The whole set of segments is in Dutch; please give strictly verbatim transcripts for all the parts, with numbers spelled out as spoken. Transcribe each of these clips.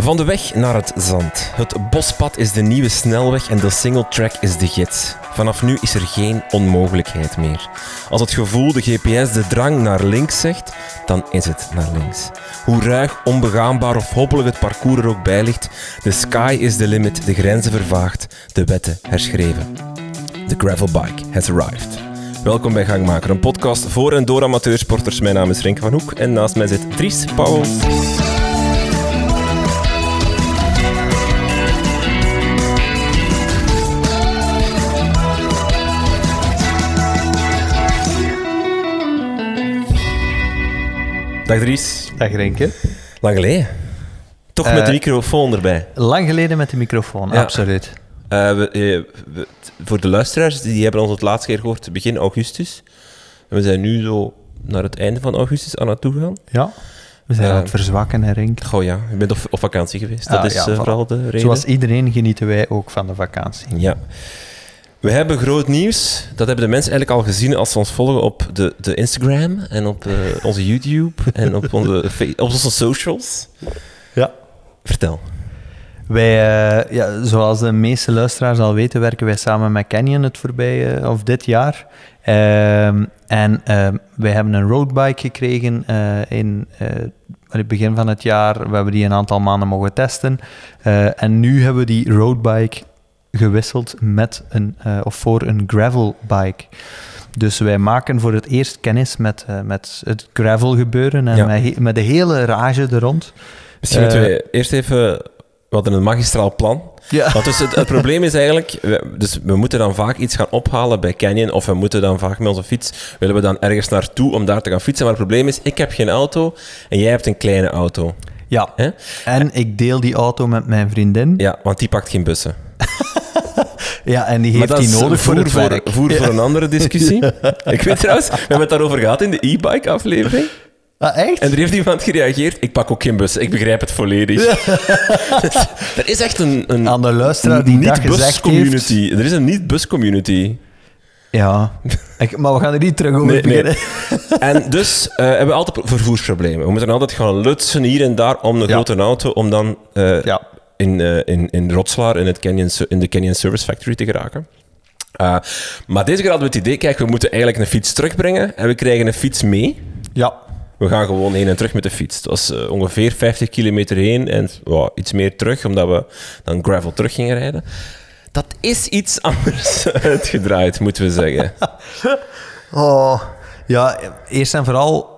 Van de weg naar het zand. Het bospad is de nieuwe snelweg en de singletrack is de gids. Vanaf nu is er geen onmogelijkheid meer. Als het gevoel, de G P S, de drang naar links zegt, dan is het naar links. Hoe ruig, onbegaanbaar of hobbelig het parcours er ook bij ligt, the sky is the limit, de grenzen vervaagd, de wetten herschreven. The gravel bike has arrived. Welkom bij Gangmaker, een podcast voor en door amateursporters. Mijn naam is Renke van Hoek en naast mij zit Dries Pauwels. Dag Dries. Dag Renke. Lang geleden. Toch uh, met de microfoon erbij. Lang geleden met de microfoon, ja. Absoluut. Uh, we, uh, we, voor de luisteraars, die hebben ons het laatste keer gehoord begin augustus. En we zijn nu zo naar het einde van augustus aan naartoe gegaan. Ja, we zijn uh, aan het verzwakken, hè, Renke. Goh ja, je bent op, op vakantie geweest. Dat ah, is ja, uh, vooral de reden. Zoals iedereen genieten wij ook van de vakantie. Ja. We hebben groot nieuws. Dat hebben de mensen eigenlijk al gezien als ze ons volgen op de, de Instagram en op uh, onze YouTube en op onze, op onze socials. Ja. Vertel. Wij, uh, ja, zoals de meeste luisteraars al weten, werken wij samen met Canyon het voorbije, of dit jaar. Uh, en uh, wij hebben een roadbike gekregen uh, in uh, het begin van het jaar. We hebben die een aantal maanden mogen testen. Uh, en nu hebben we die roadbike gewisseld met een, uh, of voor een gravelbike. Dus wij maken voor het eerst kennis met, uh, met het gravel gebeuren en ja. met, he- met de hele rage er rond. Misschien uh, moeten we eerst even... We hadden een magistraal plan. Ja. Want dus het, het probleem is eigenlijk... We, dus we moeten dan vaak iets gaan ophalen bij Canyon, of we moeten dan vaak met onze fiets... willen we dan ergens naartoe om daar te gaan fietsen. Maar het probleem is, ik heb geen auto en jij hebt een kleine auto. Ja, He? En ik deel die auto met mijn vriendin. Ja, want die pakt geen bussen. Ja, en die heeft die nodig voor het werk. Voer, voer ja. voor een andere discussie. Ik weet trouwens, we hebben het daarover gehad in de e-bike aflevering. Ah, echt? En er heeft iemand gereageerd, ik pak ook geen bus, ik begrijp het volledig. Ja. Er is echt een, een, Aan de luisteraar die dat gezegd community. heeft. Er is een niet-bus-community. Ja, ik, maar we gaan er niet terug over nee, beginnen. Nee. En dus uh, hebben we altijd vervoersproblemen. We moeten altijd gaan lutsen hier en daar om een ja. grote auto, om dan uh, ja. in, uh, in, in Rotslaar, in, het Canyon, in de Canyon Service Factory te geraken. Uh, maar deze keer hadden we het idee, kijk, we moeten eigenlijk een fiets terugbrengen en we krijgen een fiets mee. Ja. We gaan gewoon heen en terug met de fiets. Het was uh, ongeveer vijftig kilometer heen en wow, iets meer terug, omdat we dan gravel terug gingen rijden. Dat is iets anders uitgedraaid, moeten we zeggen. Oh, ja, eerst en vooral,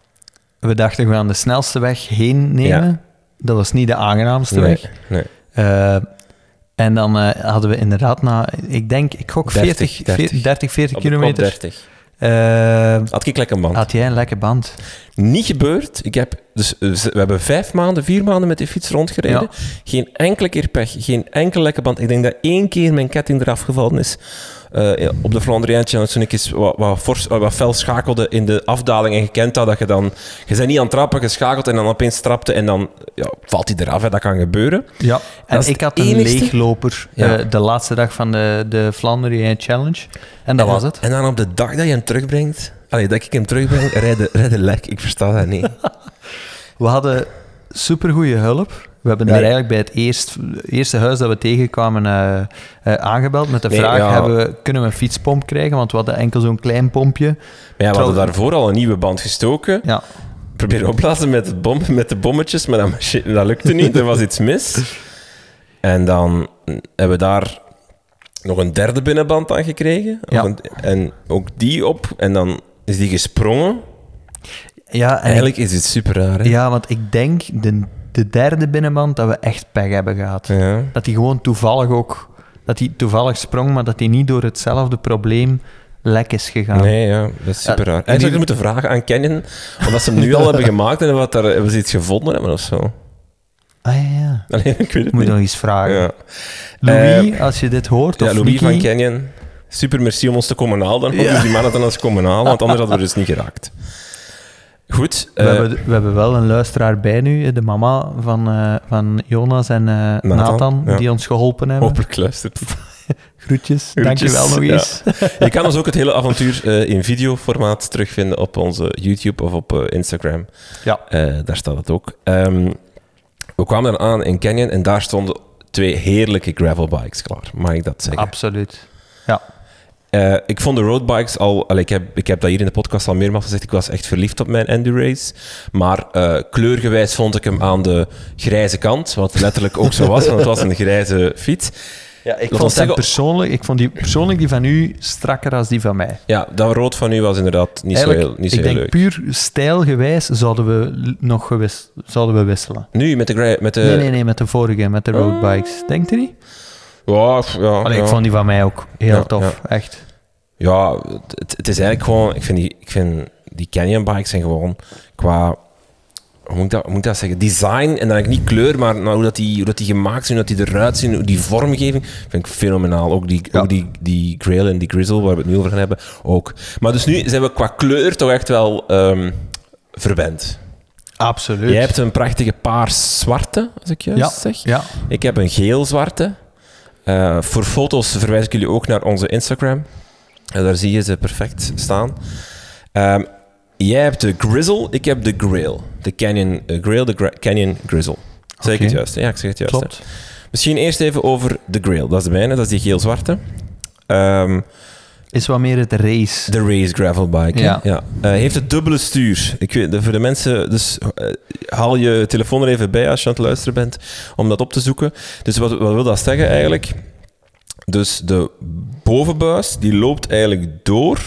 we dachten we gaan de snelste weg heen nemen. Ja. Dat was niet de aangenaamste nee, weg. Nee. Uh, en dan uh, hadden we inderdaad na, ik denk, ik gok dertig, veertig, dertig, veertig kilometer. dertig. Uh, had ik lekker band? Had jij een lekker band? Niet gebeurd. Ik heb, dus, we hebben vijf maanden, vier maanden met de fiets rondgereden. Ja. Geen enkele keer pech, geen enkele lekke band. Ik denk dat één keer mijn ketting eraf gevallen is. Uh, ja, op de Flandrian Challenge, toen ik eens wat, wat, fors, wat fel schakelde in de afdaling. En je kent dat, dat je dan... Je bent niet aan het trappen, geschakeld en dan opeens trapte en dan ja, valt hij eraf. Hè, dat kan gebeuren. Ja, en ik had een enigste... leegloper ja. uh, de laatste dag van de, de Flandrian Challenge. En dat en was dan, het. En dan op de dag dat je hem terugbrengt... Allee, dat ik hem terugbreng, rijden, rijden lek. Ik versta dat niet. We hadden supergoeie hulp. We hebben nee. daar eigenlijk bij het eerst, eerste huis dat we tegenkwamen uh, uh, aangebeld met de nee, vraag, ja. hebben we, kunnen we een fietspomp krijgen? Want we hadden enkel zo'n klein pompje. Maar ja, we Trouw... hadden daarvoor al een nieuwe band gestoken. Ja. Probeer opblazen met, het bom, met de bommetjes, maar dat, machine, dat lukte niet. Er was iets mis. En dan hebben we daar nog een derde binnenband aan gekregen. Ja. Een, en ook die op. En dan is die gesprongen. Ja, en eigenlijk ik, is het super raar. Hè? Ja, want ik denk de, de derde binnenband dat we echt pech hebben gehad. Ja. Dat die gewoon toevallig ook... Dat die toevallig sprong, maar dat die niet door hetzelfde probleem lek is gegaan. Nee, ja, dat is super uh, raar. Eigenlijk moeten vragen aan Canyon, omdat ze hem nu al hebben gemaakt en wat daar, hebben ze iets gevonden hebben of zo. Ah ja, ja. Alleen, ik weet het Moet niet. nog eens vragen. Ja. Louis, uh, als je dit hoort, ja, of Louis Nicky, van Canyon. Super merci om ons te komen halen. Ja. Dus die man had dan als komen halen, want anders hadden we dus niet geraakt. Goed. We, uh, hebben, we hebben wel een luisteraar bij nu, de mama van, uh, van Jonas en uh, Nathan, Nathan ja. die ons geholpen hebben. Hopelijk luistert. Groetjes, Groetjes, dankjewel nog eens. Ja. Je kan dus ook het hele avontuur uh, in videoformaat terugvinden op onze YouTube of op uh, Instagram. Ja. Uh, daar staat het ook. Um, we kwamen daar aan in Canyon en daar stonden twee heerlijke gravelbikes klaar. Mag ik dat zeggen? Absoluut. Ja. Uh, ik vond de roadbikes al... Allee, ik, heb, ik heb dat hier in de podcast al meermaals gezegd. Ik was echt verliefd op mijn Endurace. Maar uh, kleurgewijs vond ik hem aan de grijze kant. Wat letterlijk ook zo was, want het was een grijze fiets. Ja, ik vond, zeggen, persoonlijk, ik vond die, persoonlijk die van u strakker als die van mij. Ja, dat rood van u was inderdaad niet Eigenlijk, zo heel, niet zo ik heel denk leuk. Puur stijlgewijs zouden we nog gewis, zouden we wisselen. Nu, met de... gra- met de... Nee, nee, nee, met de vorige, met de roadbikes. Oh. Denkt u niet? Ja, ja, Allee, ja. ik vond die van mij ook heel Ja, tof, ja. echt. Ja, het, het is eigenlijk gewoon... Ik vind die, ik vind die Canyon bikes zijn gewoon qua... Hoe moet ik dat, hoe moet ik dat zeggen? Design, en dan eigenlijk niet kleur, maar nou, hoe, dat die, hoe dat die gemaakt zijn, hoe dat die eruit zien, hoe die vormgeving, vind ik fenomenaal. Ook die, Ja. ook die, die Grail en die Grizzle, waar we het nu over gaan hebben, ook. Maar dus nu zijn we qua kleur toch echt wel um, verwend. Absoluut. Jij hebt een prachtige paars-zwarte, als ik juist Ja, zeg. ja. Ik heb een geel-zwarte. Uh, voor foto's verwijs ik jullie ook naar onze Instagram. Uh, daar zie je ze perfect staan. Um, jij hebt de Grizzle, ik heb de Grail. De Canyon uh, Grail, de Gra- Canyon Grizzle. Zeg Okay. ik het juist? Hè? Ja, ik zeg het juist. Klopt. Hè? Misschien eerst even over de Grail. Dat is de mijne, dat is die geel-zwarte. Um, Is wat meer het race. de race gravelbike. Ja. Ja. Uh, heeft het dubbele stuur. Ik weet, voor de mensen, dus uh, haal je telefoon er even bij als je aan het luisteren bent, om dat op te zoeken. Dus wat, wat wil dat zeggen eigenlijk? Dus de bovenbuis, die loopt eigenlijk door.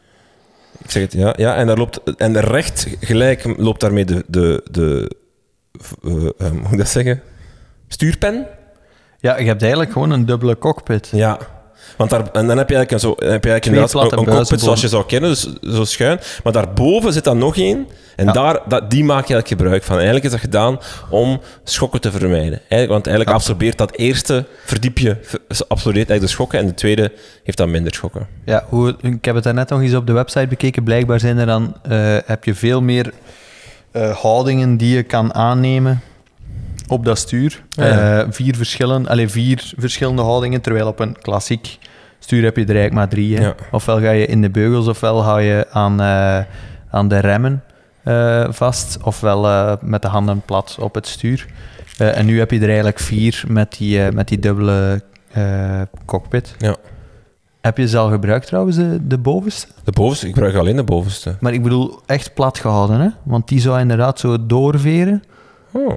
Ik zeg het, ja. ja en, daar loopt, en recht gelijk loopt daarmee de, de, de uh, um, hoe moet ik dat zeggen? Stuurpen? Ja, je hebt eigenlijk gewoon een dubbele cockpit. Ja. Want daar, en dan heb je eigenlijk, een, zo, dan heb je eigenlijk inderdaad platte een, een cockpit buizen zoals je zou kennen, dus zo schuin. Maar daarboven zit dan nog één. En Ja. daar, dat, die maak je eigenlijk gebruik van. En eigenlijk is dat gedaan om schokken te vermijden. Eigenlijk, want eigenlijk Ja. absorbeert dat eerste verdiepje absorbeert eigenlijk de schokken en de tweede heeft dan minder schokken. Ja, hoe, ik heb het daarnet nog eens op de website bekeken. Blijkbaar zijn er dan, uh, heb je veel meer uh, houdingen die je kan aannemen op dat stuur. Ja. Uh, vier, verschillen, allez, vier verschillende houdingen, terwijl op een klassiek stuur heb je er eigenlijk maar drie. Hè. Ja. Ofwel ga je in de beugels, ofwel hou je aan, uh, aan de remmen uh, vast, ofwel uh, met de handen plat op het stuur. Uh, en nu heb je er eigenlijk vier met die, uh, met die dubbele uh, cockpit. Ja. Heb je ze al gebruikt trouwens, de, de bovenste? De bovenste, ik gebruik alleen de bovenste. Maar ik bedoel echt plat gehouden, hè? Want die zou inderdaad zo doorveren. Oh.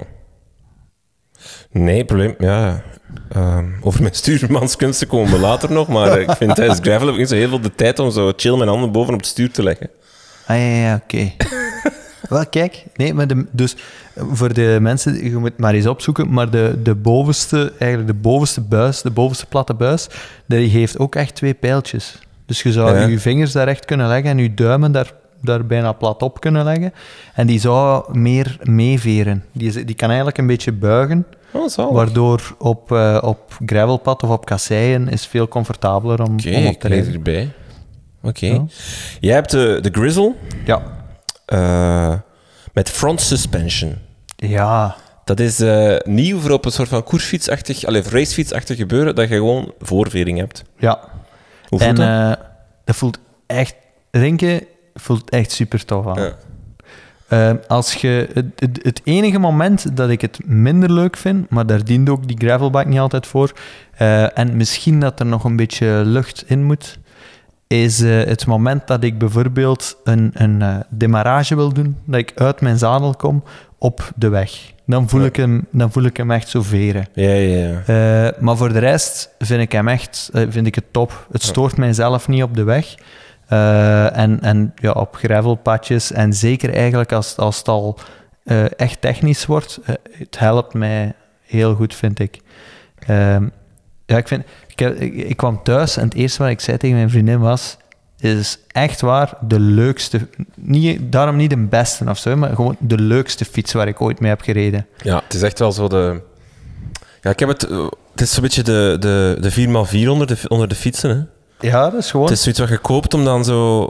Nee, probleem. Ja, um, over mijn stuurmanskunsten komen we later nog, maar ik vind tijdens gravel heb ik niet zo heel veel de tijd om zo chill mijn handen boven op het stuur te leggen. Ah ja, ja, oké. Okay. Wel, kijk. Nee, maar de, dus voor de mensen, je moet maar eens opzoeken, maar de, de bovenste, eigenlijk de bovenste buis, de bovenste platte buis, die heeft ook echt twee pijltjes. Dus je zou ja. je vingers daar echt kunnen leggen en je duimen daar, daar bijna plat op kunnen leggen. En die zou meer meeveren. Die, die kan eigenlijk een beetje buigen. Oh, zalig. Waardoor op, uh, op gravelpad of op kasseien is veel comfortabeler om, okay, om op te rijden. erbij. Oké. Okay. Ja. Jij hebt de, de Grizzle. Ja. Uh, met front suspension. Ja. Dat is uh, nieuw voor op een soort van koersfietsachtig, allez, racefietsachtig gebeuren, dat je gewoon voorvering hebt. Ja. Hoe voelt en, dat? Uh, dat voelt echt... Rinken voelt echt super tof aan. Ja. Uh, als je, het, het, het enige moment dat ik het minder leuk vind, maar daar dient ook die gravelbike niet altijd voor, uh, en misschien dat er nog een beetje lucht in moet, is uh, het moment dat ik bijvoorbeeld een, een uh, demarrage wil doen, dat ik uit mijn zadel kom op de weg. Dan voel, ja. ik, hem, dan voel ik hem echt zo veren. Ja, ja, ja. Uh, maar voor de rest vind ik hem echt uh, vind ik het top. Het stoort ja. mijzelf niet op de weg. Uh, en en ja, op gravelpadjes. En zeker eigenlijk als, als het al uh, echt technisch wordt, uh, het helpt mij heel goed, vind ik. Uh, ja, ik, vind ik, heb, ik, ik kwam thuis en het eerste wat ik zei tegen mijn vriendin was, dit is echt waar de leukste, niet, daarom niet de beste of zo, maar gewoon de leukste fiets waar ik ooit mee heb gereden. Ja, het is echt wel zo de... Ja, ik heb het... Het is zo'n beetje de, de, de vier bij vier onder de, onder de fietsen, hè. Ja, dat is gewoon... Het is zoiets wat je koopt om dan zo...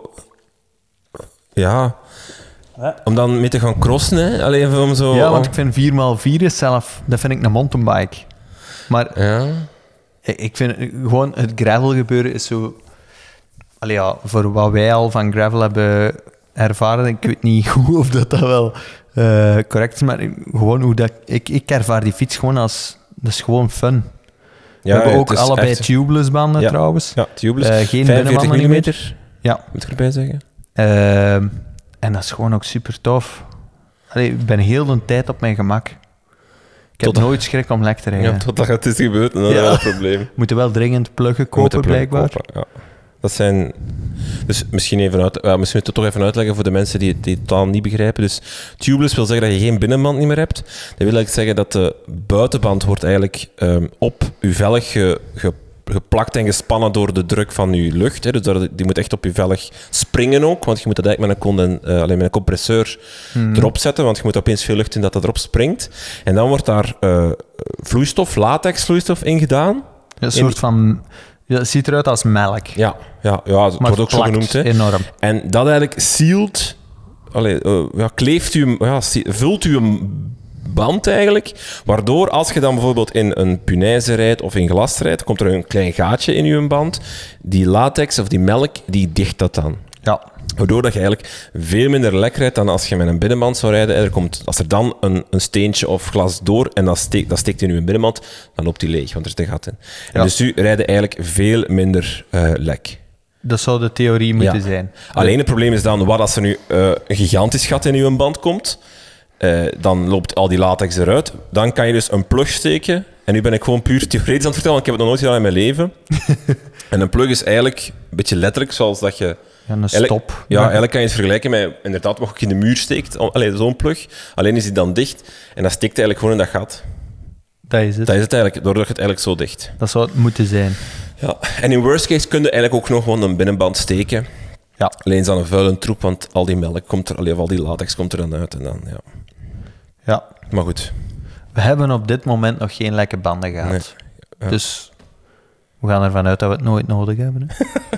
Ja... ja. Om dan mee te gaan crossen, hè. Allee, even om zo... Ja, want ik vind vier bij vier is zelf... Dat vind ik een mountainbike. Maar... Ja... Ik vind gewoon... Het gravel gebeuren is zo... Allee, ja, voor wat wij al van gravel hebben ervaren, ik weet niet goed of dat, dat wel uh, correct is, maar gewoon hoe dat... Ik, ik ervaar die fiets gewoon als... Dat is gewoon fun. Ja, we hebben ook allebei echt... tubeless banden ja. trouwens. Ja, tubeless. Uh, geen vijfenveertig millimeter. Ja. Moet ik erbij zeggen. Uh, en dat is gewoon ook super tof. Allee, ik ben heel de tijd op mijn gemak. Ik heb tot nooit schrik om lek te rijden. Ja, totdat het is gebeurd, en dat ja. is wel een probleem. We moeten wel dringend pluggen kopen, pluggen blijkbaar. Kopen, ja. Dat zijn... Dus misschien, even uit, ja, misschien moet ik het toch even uitleggen voor de mensen die, die het totaal niet begrijpen. Dus tubeless wil zeggen dat je geen binnenband niet meer hebt. Dat wil eigenlijk zeggen dat de buitenband wordt eigenlijk um, op je velg ge, ge, geplakt en gespannen door de druk van je lucht. Hè. Dus dat, die moet echt op je velg springen ook, want je moet dat eigenlijk met een, conden, uh, alleen met een compresseur hmm. erop zetten, want je moet opeens veel lucht in dat dat erop springt. En dan wordt daar uh, vloeistof, latexvloeistof in gedaan. Een soort in, van... Ja, het ziet eruit als melk. Ja, ja, ja het wordt ook zo genoemd. Hè. Enorm. En dat eigenlijk sealt, allee, uh, ja, kleeft u, ja, vult u een band eigenlijk, waardoor als je dan bijvoorbeeld in een punaise rijdt of in glas rijdt, komt er een klein gaatje in je band. Die latex of die melk, die dicht dat dan. Ja. Waardoor dat je eigenlijk veel minder lek rijdt dan als je met een binnenband zou rijden. Er komt, als er dan een, een steentje of glas door en dat steekt, dat steekt in je binnenband, dan loopt die leeg, want er is een gat in. En ja. Dus nu rijden eigenlijk veel minder uh, lek. Dat zou de theorie moeten ja. zijn. Alleen het probleem is dan, wat als er nu uh, een gigantisch gat in je band komt, uh, dan loopt al die latex eruit. Dan kan je dus een plug steken. En nu ben ik gewoon puur theoretisch aan het vertellen, want ik heb het nog nooit gedaan in mijn leven. En een plug is eigenlijk een beetje letterlijk zoals dat je... Ja, een stop. Ja, eigenlijk kan je het vergelijken met inderdaad wat je in de muur steekt. Allee, zo'n plug. Alleen is die dan dicht en dat steekt eigenlijk gewoon in dat gat. Dat is het. Dat is het eigenlijk, doordat je het eigenlijk zo dicht. Dat zou het moeten zijn. Ja, en in worst case kun je eigenlijk ook nog gewoon een binnenband steken. Ja. Alleen is dan een vuile troep, want al die melk komt er, allee, of al die latex komt er dan uit. En dan, ja. Ja. Maar goed. We hebben op dit moment nog geen lekke banden gehad. Nee. Ja. Dus... We gaan ervan uit dat we het nooit nodig hebben.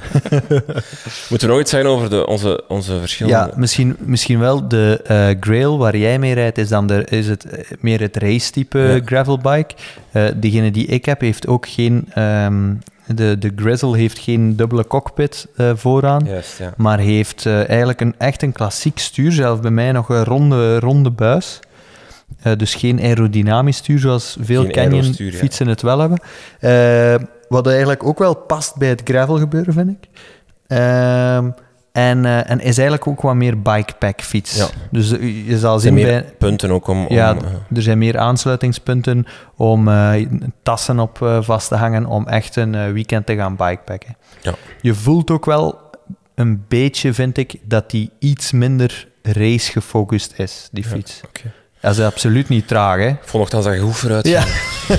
Hè? Moeten we nog iets zeggen over de, onze, onze verschillende... Ja, misschien, misschien wel de uh, Grail waar jij mee rijdt, is, dan de, is het meer het race-type ja. gravelbike. Uh, degene die ik heb, heeft ook geen... Um, de, de Grizzle heeft geen dubbele cockpit uh, vooraan, Juist, ja. maar heeft uh, eigenlijk een, echt een klassiek stuur. Zelfs bij mij nog een ronde, ronde buis. Uh, dus geen aerodynamisch stuur, zoals veel Canyon-fietsen ja. het wel hebben. Uh, Wat eigenlijk ook wel past bij het gravelgebeuren, vind ik. Um, en, uh, en is eigenlijk ook wat meer bikepack fiets. Ja. Dus uh, je zal zien er zijn bij... meer punten ook om... om ja, uh... er zijn meer aansluitingspunten om uh, tassen op uh, vast te hangen, om echt een uh, weekend te gaan bikepacken. Ja. Je voelt ook wel een beetje, vind ik, dat die iets minder race gefocust is, die fiets. Ja, okay. Dat is absoluut niet traag, hè. Ik vond nogthans dat je goed vooruit ja.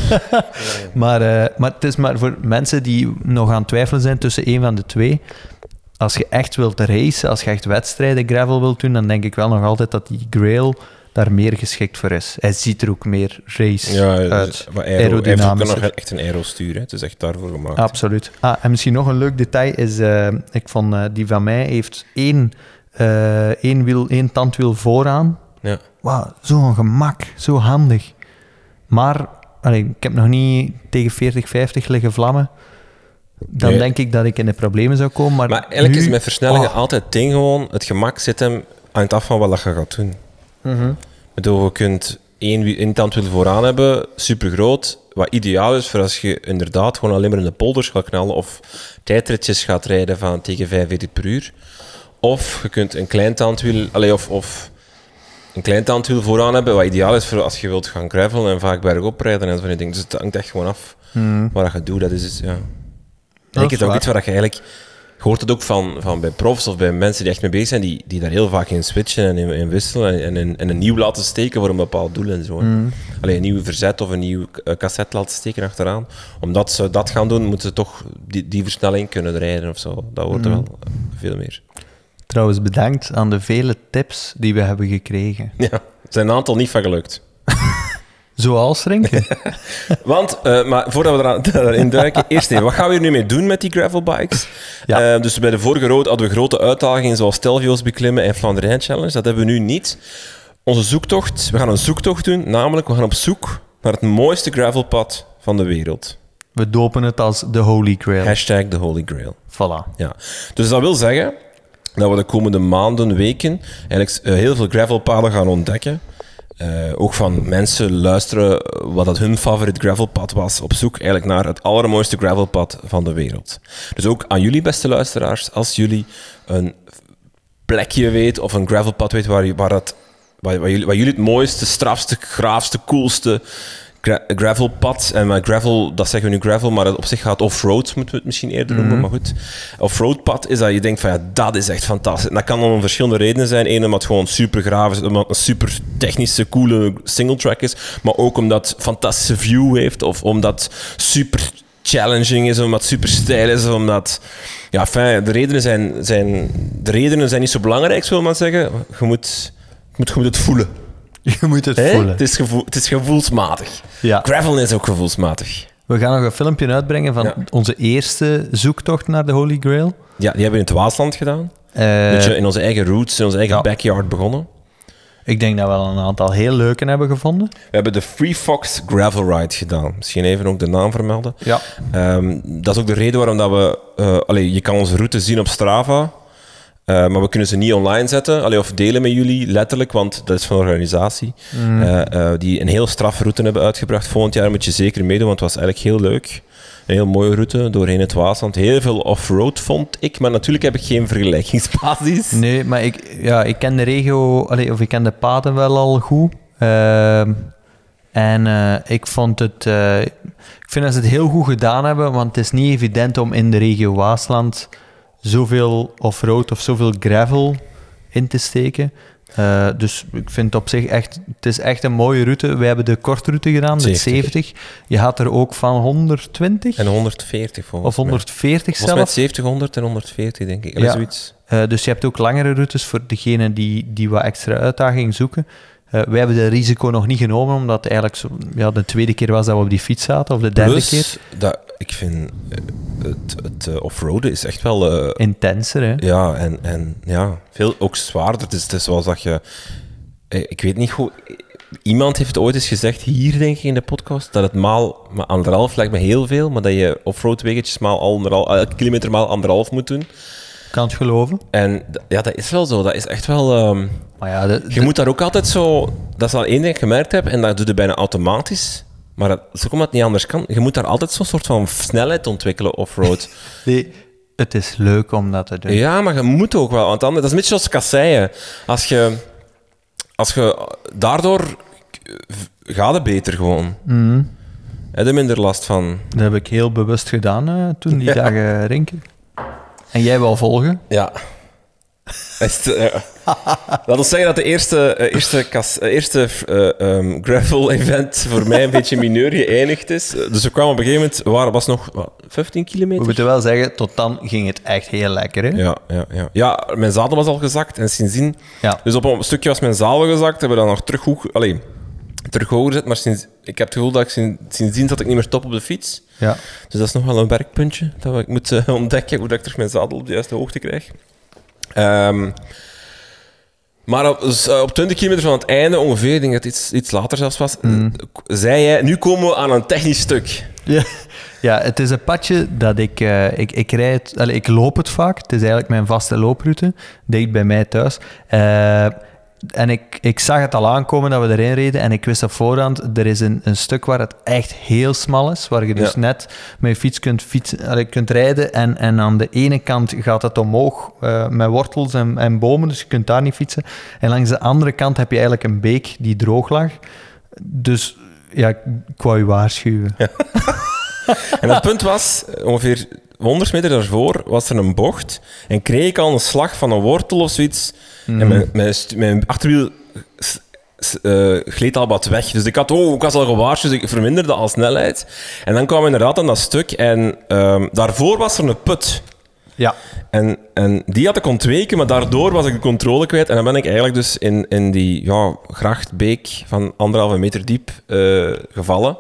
maar, uh, maar het is maar voor mensen die nog aan het twijfelen zijn tussen één van de twee. Als je echt wilt racen, als je echt wedstrijden gravel wilt doen, dan denk ik wel nog altijd dat die Grail daar meer geschikt voor is. Hij ziet er ook meer race ja, uit. Dus, maar aero, aerodynamisch. Hij heeft nog echt een aero-stuur, hè. Het is echt daarvoor gemaakt. Absoluut. Ah, en misschien nog een leuk detail is, uh, ik vond uh, die van mij heeft één, uh, één, wiel, één tandwiel vooraan. Ja. Wauw, zo'n gemak, zo handig. Maar, allee, ik heb nog niet tegen veertig, vijftig liggen vlammen. Dan nee. denk ik dat ik in de problemen zou komen. Maar, maar eigenlijk nu, is met versnellingen oh. altijd het ding gewoon, het gemak zit hem aan het af van wat je gaat doen. Mm-hmm. Ik bedoel, je kunt één, één tandwiel vooraan hebben, super groot, wat ideaal is voor als je inderdaad gewoon alleen maar in de polders gaat knallen of tijdritjes gaat rijden van tegen vijfenveertig per uur. Of je kunt een klein tandwiel, allee, of... of een klein tandwiel vooraan hebben, wat ideaal is voor als je wilt gaan gravelen en vaak bergop rijden en zo van die dingen. Dus het hangt echt gewoon af mm. wat je doet. Dat is, is ja. Dat ik het ook iets waar je eigenlijk... Je hoort het ook van, van bij profs of bij mensen die echt mee bezig zijn, die, die daar heel vaak in switchen en in, in wisselen en, en, en een nieuw laten steken voor een bepaald doel en zo. Mm. Alleen een nieuwe verzet of een nieuw uh, cassette laten steken achteraan. Omdat ze dat gaan doen, moeten ze toch die, die versnelling kunnen rijden of zo. Dat wordt er mm. wel uh, veel meer. Trouwens, bedankt aan de vele tips die we hebben gekregen. Ja, er zijn een aantal niet van gelukt. Zoals drinken. Want, uh, maar voordat we eraan, erin duiken, eerst even, wat gaan we hier nu mee doen met die gravelbikes? Ja. Uh, dus bij de vorige road hadden we grote uitdagingen zoals Stelvio's beklimmen en Flandrijn Challenge. Dat hebben we nu niet. Onze zoektocht, we gaan een zoektocht doen, namelijk we gaan op zoek naar het mooiste gravelpad van de wereld. We dopen het als de Holy Grail. Hashtag de Holy Grail. Voilà. Ja. Dus dat wil zeggen... dat we de komende maanden, weken, eigenlijk uh, heel veel gravelpaden gaan ontdekken. Uh, ook van mensen luisteren wat dat hun favoriet gravelpad was, op zoek eigenlijk naar het allermooiste gravelpad van de wereld. Dus ook aan jullie, beste luisteraars, als jullie een plekje weet of een gravelpad weet waar, waar, dat, waar, waar, jullie, waar jullie het mooiste, strafste, graafste, coolste gra- gravelpad, en met gravel, dat zeggen we nu gravel, maar het op zich gaat off-road, moeten we het misschien eerder noemen, mm-hmm. maar goed. Off-road pad is dat je denkt van ja, dat is echt fantastisch. En dat kan om verschillende redenen zijn. Eén, omdat het gewoon super graaf is, omdat het een super technische, coole single track is, maar ook omdat het fantastische view heeft, of omdat het super challenging is, omdat het super stijl is, omdat... Ja, fijn, de redenen zijn, zijn, de redenen zijn niet zo belangrijk, zullen we maar zeggen. Je moet, je moet, je moet het voelen. Je moet het Hey? voelen. Het is, gevoel, het is gevoelsmatig. Ja. Gravel is ook gevoelsmatig. We gaan nog een filmpje uitbrengen van Ja. onze eerste zoektocht naar de Holy Grail. Ja, die hebben we in het Waasland gedaan. Uh, Beetje in onze eigen roots, in onze eigen ja. backyard begonnen. Ik denk dat we al een aantal heel leuke hebben gevonden. We hebben de Free Fox Gravel Ride gedaan. Misschien even ook de naam vermelden. Ja. Um, dat is ook de reden waarom dat we... Uh, allee, je kan onze route zien op Strava, uh, maar we kunnen ze niet online zetten, allee, of delen met jullie, letterlijk, want dat is van een organisatie mm. uh, uh, die een heel straffe route hebben uitgebracht. Volgend jaar moet je zeker meedoen, want het was eigenlijk heel leuk. Een heel mooie route doorheen het Waasland. Heel veel off-road vond ik, maar natuurlijk heb ik geen vergelijkingsbasis. Nee, maar ik, ja, ik ken de regio, allee, of ik ken de paden wel al goed. Uh, en uh, ik vond het... Uh, ik vind dat ze het heel goed gedaan hebben, want het is niet evident om in de regio Waasland zoveel off-road of zoveel gravel in te steken. Uh, dus ik vind het op zich echt... Het is echt een mooie route. Wij hebben de kortroute gedaan, de zeventig. zeventig. Je gaat er ook van honderdtwintig? En honderdveertig volgens Of honderdveertig mij. zelf? Volgens mij zeventig, honderd en honderdveertig, denk ik. Ja. Zoiets. Uh, dus je hebt ook langere routes voor degenen die, die wat extra uitdaging zoeken. Uh, wij hebben dat risico nog niet genomen, omdat het eigenlijk zo, ja, de tweede keer was dat we op die fiets zaten, of de derde Plus, keer. dat, ik vind uh, het, het uh, offroaden is echt wel... Uh, Intenser, hè? Ja, en, en ja, veel ook zwaarder. Het is, het is zoals dat je... Ik weet niet hoe... Iemand heeft ooit eens gezegd, hier denk ik in de podcast, dat het maal maar anderhalf lijkt me heel veel, maar dat je offroad wegetjes maal anderhalf, elke kilometer maal anderhalf moet doen. Kan het geloven? En ja, dat is wel zo. Dat is echt wel... Um, maar ja, de, de... Je moet daar ook altijd zo... Dat is al één ding dat ik gemerkt heb, en dat doe je bijna automatisch. Maar dat is ook omdat het niet anders kan. Je moet daar altijd zo'n soort van snelheid ontwikkelen, offroad. Nee, het is leuk om dat te doen. Ja, maar je moet ook wel. Want anders, dat is een beetje zoals kasseien. Als je... Als je daardoor... Gaat het beter gewoon. Mm. Heb je minder last van. Dat heb ik heel bewust gedaan uh, toen, die ja. dagen rinken. En jij wel volgen? Ja. Het, uh, dat wil zeggen dat de eerste, uh, eerste, kas, uh, eerste uh, um, gravel-event voor mij een beetje mineur geëindigd is. Dus we kwamen op een gegeven moment... Waar was nog wat, vijftien kilometer? We moeten wel zeggen, tot dan ging het echt heel lekker, hè? Ja, ja, ja. ja, mijn zadel was al gezakt en sindsdien... Ja. Dus op een stukje was mijn zadel gezakt, hebben we dan nog terug hoog... Allee, terug hoger gezet, maar sinds, ik heb het gevoel dat ik sinds, sindsdien zat ik niet meer top op de fiets. Ja. Dus dat is nog wel een werkpuntje dat ik moet uh, ontdekken, hoe dat ik terug mijn zadel op de juiste hoogte krijg. Um, maar op, dus, uh, op twintig kilometer van het einde, ongeveer, ik denk dat het iets, iets later zelfs was, mm. zei jij, nu komen we aan een technisch stuk. Ja, ja het is een padje dat ik... Uh, ik, ik, rijd, allez, ik loop het vaak. Het is eigenlijk mijn vaste looproute. Dicht bij mij thuis. Uh, En ik, ik zag het al aankomen dat we erin reden en ik wist op voorhand, er is een, een stuk waar het echt heel smal is, waar je dus ja. net met je fiets kunt, fietsen, kunt rijden en, en aan de ene kant gaat het omhoog uh, met wortels en, en bomen, dus je kunt daar niet fietsen. En langs de andere kant heb je eigenlijk een beek die droog lag. Dus ja, ik wou je waarschuwen. Ja. En het punt was, ongeveer honderd meter daarvoor was er een bocht en kreeg ik al een slag van een wortel of zoiets. Mm. En mijn, mijn, mijn achterwiel uh, gleed al wat weg. Dus ik, had, oh, ik was al gewaarschuwd, dus ik verminderde al snelheid. En dan kwam we inderdaad aan dat stuk en um, daarvoor was er een put. Ja. En, en die had ik ontweken, maar daardoor was ik de controle kwijt. En dan ben ik eigenlijk dus in, in die ja, grachtbeek van anderhalve meter diep uh, gevallen.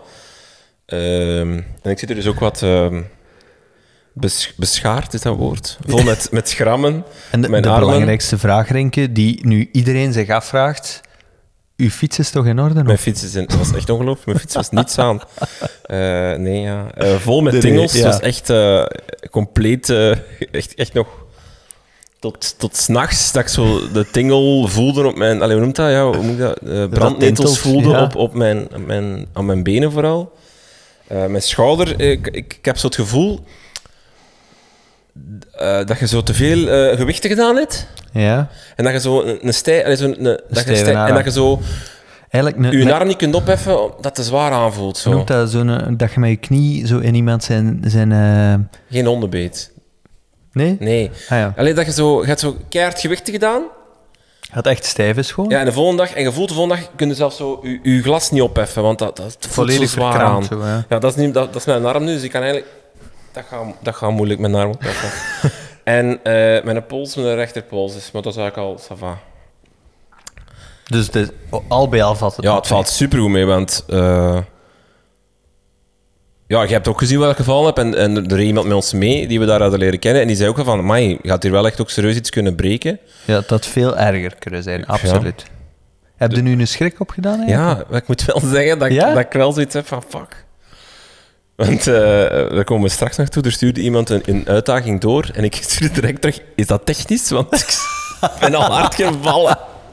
Um, en ik zit er dus ook wat... Um, Bes, beschaard is dat woord. Vol met, met schrammen. En de, mijn de armen. belangrijkste vraag, Renke, die nu iedereen zich afvraagt. Uw fiets is toch in orde? Mijn fiets is in, dat was echt ongelooflijk. Mijn fiets was niets aan. Uh, nee, ja. Uh, vol met de, tingels. Het ja. was echt uh, compleet... Uh, echt, echt nog... tot, tot 's nachts dat ik zo de tingle voelde op mijn... Allee, hoe noemt dat? Ja, hoe moet ik dat? Uh, brandnetels tintelt, voelde ja. op, op mijn, op mijn, aan mijn benen vooral. Uh, mijn schouder, ik, ik, ik heb zo het gevoel uh, dat je zo te veel uh, gewichten gedaan hebt. Ja. En dat je zo een, een stij... Allee, zo een, een, dat je stij, en dat je zo... Eigenlijk een, je een, arm niet kunt opheffen, dat het te zwaar aanvoelt. Zo. Noemt dat, zo een, dat je met je knie zo in iemand zijn... zijn uh... Geen hondenbeet. Nee? Nee. Ah, ja. Allee, dat je zo... Je hebt zo keihard gewichten gedaan. Het echt stijf is gewoon? Ja, en de volgende dag... En je voelt de volgende dag... Kun je zelfs zo je, je glas niet opheffen, want dat, dat voelt volledig zo zwaar aan. Zo, ja. Ja, dat is, niet, dat, dat is mijn arm nu, dus ik kan eigenlijk... Dat gaat, dat gaat moeilijk, mijn arm opheffen. En uh, mijn pols, mijn rechterpols is... Maar dat is eigenlijk al... Ça va. Dus het is, al bij al valt het Ja, het valt supergoed mee, want... Uh, ja, je hebt ook gezien wat ik gevallen heb en, en er reed iemand met ons mee die we daar hadden leren kennen en die zei ook van, amai, je gaat hier wel echt ook serieus iets kunnen breken. Ja, dat veel erger kunnen zijn, absoluut. Ja. Heb je de... nu een schrik op gedaan eigenlijk? Ja, ik moet wel zeggen dat, ja? dat ik wel zoiets heb van, fuck. Want uh, daar komen we straks nog toe, er stuurde iemand een, een uitdaging door en ik stuurde direct terug, is dat technisch? Want ik ben al hard gevallen.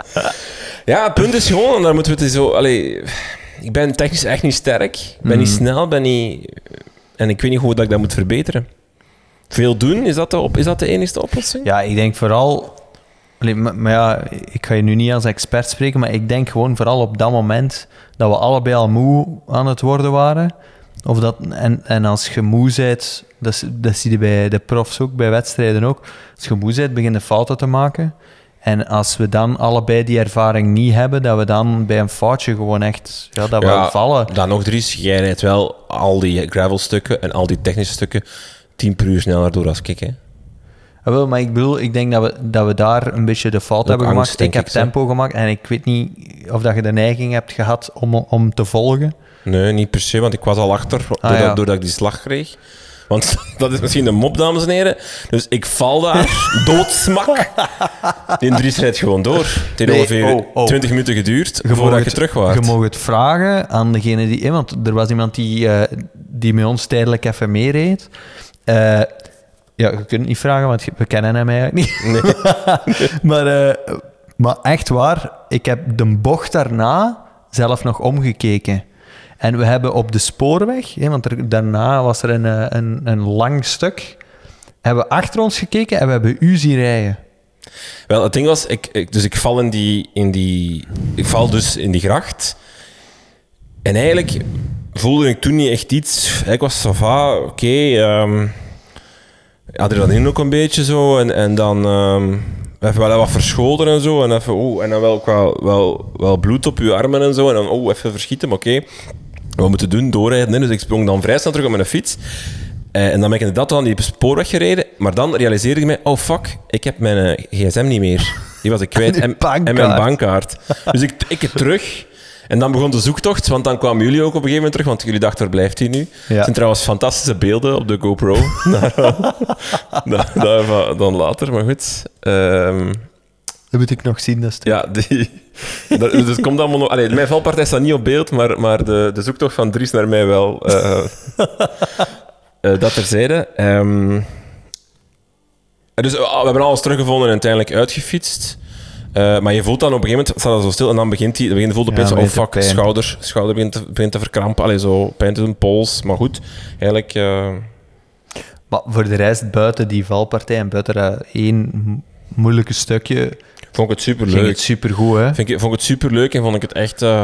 Ja, het punt is gewoon, en daar moeten we het zo... Allee, ik ben technisch echt niet sterk. Ik ben mm. niet snel, ben niet... En ik weet niet hoe dat ik dat moet verbeteren. Veel doen, is dat de, op, is dat de enige oplossing? Ja, ik denk vooral... Allee, maar, maar ja, ik ga je nu niet als expert spreken, maar ik denk gewoon vooral op dat moment dat we allebei al moe aan het worden waren. Of dat, en, en als je moe bent, dat, dat zie je bij de profs ook, bij wedstrijden ook. Als je moe bent, begin je fouten te maken. En als we dan allebei die ervaring niet hebben, dat we dan bij een foutje gewoon echt, ja, dat ja, we vallen. Dan nog Dries, jij rijdt wel al die gravelstukken en al die technische stukken tien per uur sneller door als ik, hè? Ja, wel, maar ik bedoel, ik denk dat we, dat we daar een beetje de fout ook hebben angst, gemaakt. Ik heb ik, tempo zo. gemaakt en ik weet niet of dat je de neiging hebt gehad om, om te volgen. Nee, niet per se, want ik was al achter ah, doordat, ja. doordat ik die slag kreeg. Want dat is misschien een mop, dames en heren. Dus ik val daar, doodsmak. Die Dries rijdt gewoon door. Het heeft nee, ongeveer oh, oh. twintig minuten geduurd je voordat het, je terug was. Je mag het vragen aan degene die... Want er was iemand die, uh, die met ons tijdelijk even meereed. Uh, ja, je kunt het niet vragen, want we kennen hem eigenlijk niet. Nee. maar, uh, maar echt waar, ik heb de bocht daarna zelf nog omgekeken. En we hebben op de spoorweg, hè, want er, daarna was er een, een, een lang stuk, hebben we achter ons gekeken en we hebben u zien rijden. Wel, het ding was, ik, ik, dus ik val in die, in die, ik val dus in die gracht. En eigenlijk voelde ik toen niet echt iets. Ik was ça va, oké. Okay, um, adrenaline ook een beetje zo. En, en dan um, even wel wat verschoten en zo. En, even, oh, en dan wel, wel, wel, wel bloed op je armen en zo. En dan oh, even verschieten, maar oké. Okay. Wat moeten doen? Doorrijden. Hè? Dus ik sprong dan vrij snel terug op mijn fiets. Uh, en dan ben ik inderdaad aan die spoorweg gereden. Maar dan realiseerde ik mij, oh fuck, ik heb mijn uh, gsm niet meer. Die was ik kwijt. En, en mijn bankkaart. Dus ik, ik het terug. En dan begon de zoektocht, want dan kwamen jullie ook op een gegeven moment terug, want jullie dachten, waar blijft hij nu? Ja. Het zijn trouwens fantastische beelden op de GoPro. dat, dat, dan later, maar goed. Um, dat moet ik nog zien, dat stuk. Ja, die... dat, dus het komt allemaal nog... Allee, mijn valpartij staat niet op beeld, maar, maar de, de zoektocht van Dries naar mij wel. Uh, uh, dat terzijde. Um, dus uh, we hebben alles teruggevonden en uiteindelijk uitgefietst. Uh, maar je voelt dan op een gegeven moment, staat dat zo stil en dan begint hij, begint voelt opeens, ja, oh fuck, schouder, schouder begint te, begint te verkrampen, allee, zo pijn te doen, pols, maar goed, eigenlijk... Uh... Maar voor de rest, buiten die valpartij en buiten dat één moeilijke stukje... Vond ik het superleuk. Ging het supergoed, hè? Vind ik, vond ik het superleuk en vond ik het echt... Uh...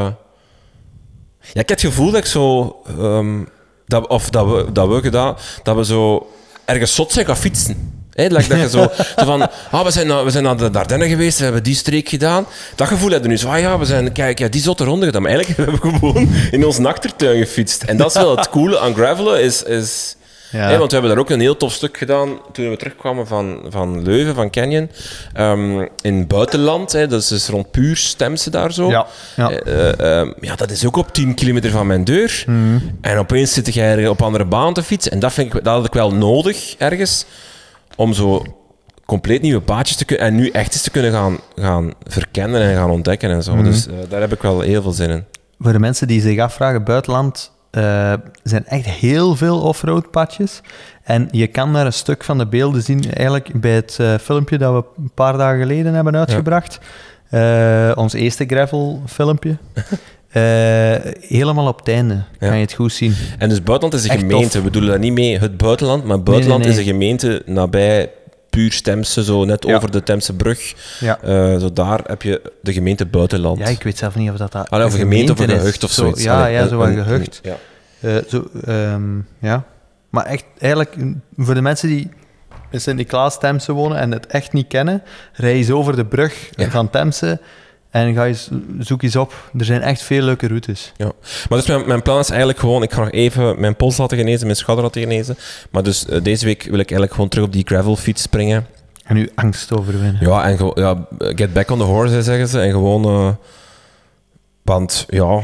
Ja, ik had het gevoel dat ik zo... Um, dat, of dat we, dat we gedaan, dat we zo ergens zot zijn gaan fietsen. Hey, like dat je zo, zo van, ah, we zijn naar, we zijn naar de Dardenne geweest, we hebben die streek gedaan. Dat gevoel heb je nu zo, ah ja, we zijn, kijk, ja, die zotte ronde gedaan. Maar eigenlijk hebben we gewoon in ons achtertuin gefietst. En dat is wel het coole aan gravelen, is... is ja. Hey, want we hebben daar ook een heel tof stuk gedaan toen we terugkwamen van, van Leuven, van Canyon. Um, in het buitenland, hey, dat is dus rond Puur, Stemse daar zo. Ja, ja. Uh, uh, ja, dat is ook op tien kilometer van mijn deur. Mm. En opeens zit jij op andere baan te fietsen. En dat, vind ik, dat had ik wel nodig, ergens. Om zo compleet nieuwe paadjes te kunnen... En nu echt eens te kunnen gaan, gaan verkennen en gaan ontdekken en zo. Mm-hmm. Dus uh, daar heb ik wel heel veel zin in. Voor de mensen die zich afvragen, buitenland... uh, er zijn echt heel veel offroad padjes. En je kan daar een stuk van de beelden zien, eigenlijk bij het uh, filmpje dat we een paar dagen geleden hebben uitgebracht. Ja. Uh, ons eerste gravel filmpje. Uh, helemaal op het einde ja. kan je het goed zien. En dus buitenland is een echt gemeente. Tof. We bedoelen dat niet mee het buitenland, maar buitenland nee, nee, nee. is een gemeente nabij puur Temse, zo net ja. over de Temse brug. Ja. Uh, zo daar heb je de gemeente buitenland. Ja, ik weet zelf niet of dat... dat Allee, of een gemeente of een gehucht of zo, zoiets. Ja, Allee, ja, zo een gehucht. Ja. Uh, zo, um, ja. Maar echt, eigenlijk, voor de mensen die in Sint-Niklaas Temse wonen en het echt niet kennen, rij eens over de brug ja. van Temse en ga eens, zoek eens op. Er zijn echt veel leuke routes. Ja. Maar dus mijn, mijn plan is eigenlijk gewoon, ik ga nog even mijn pols laten genezen, mijn schouder laten genezen. Maar dus uh, deze week wil ik eigenlijk gewoon terug op die gravelfiets springen. En uw angst overwinnen. Ja, en ge- ja, get back on the horse, zeggen ze. En gewoon... Uh, want, ja...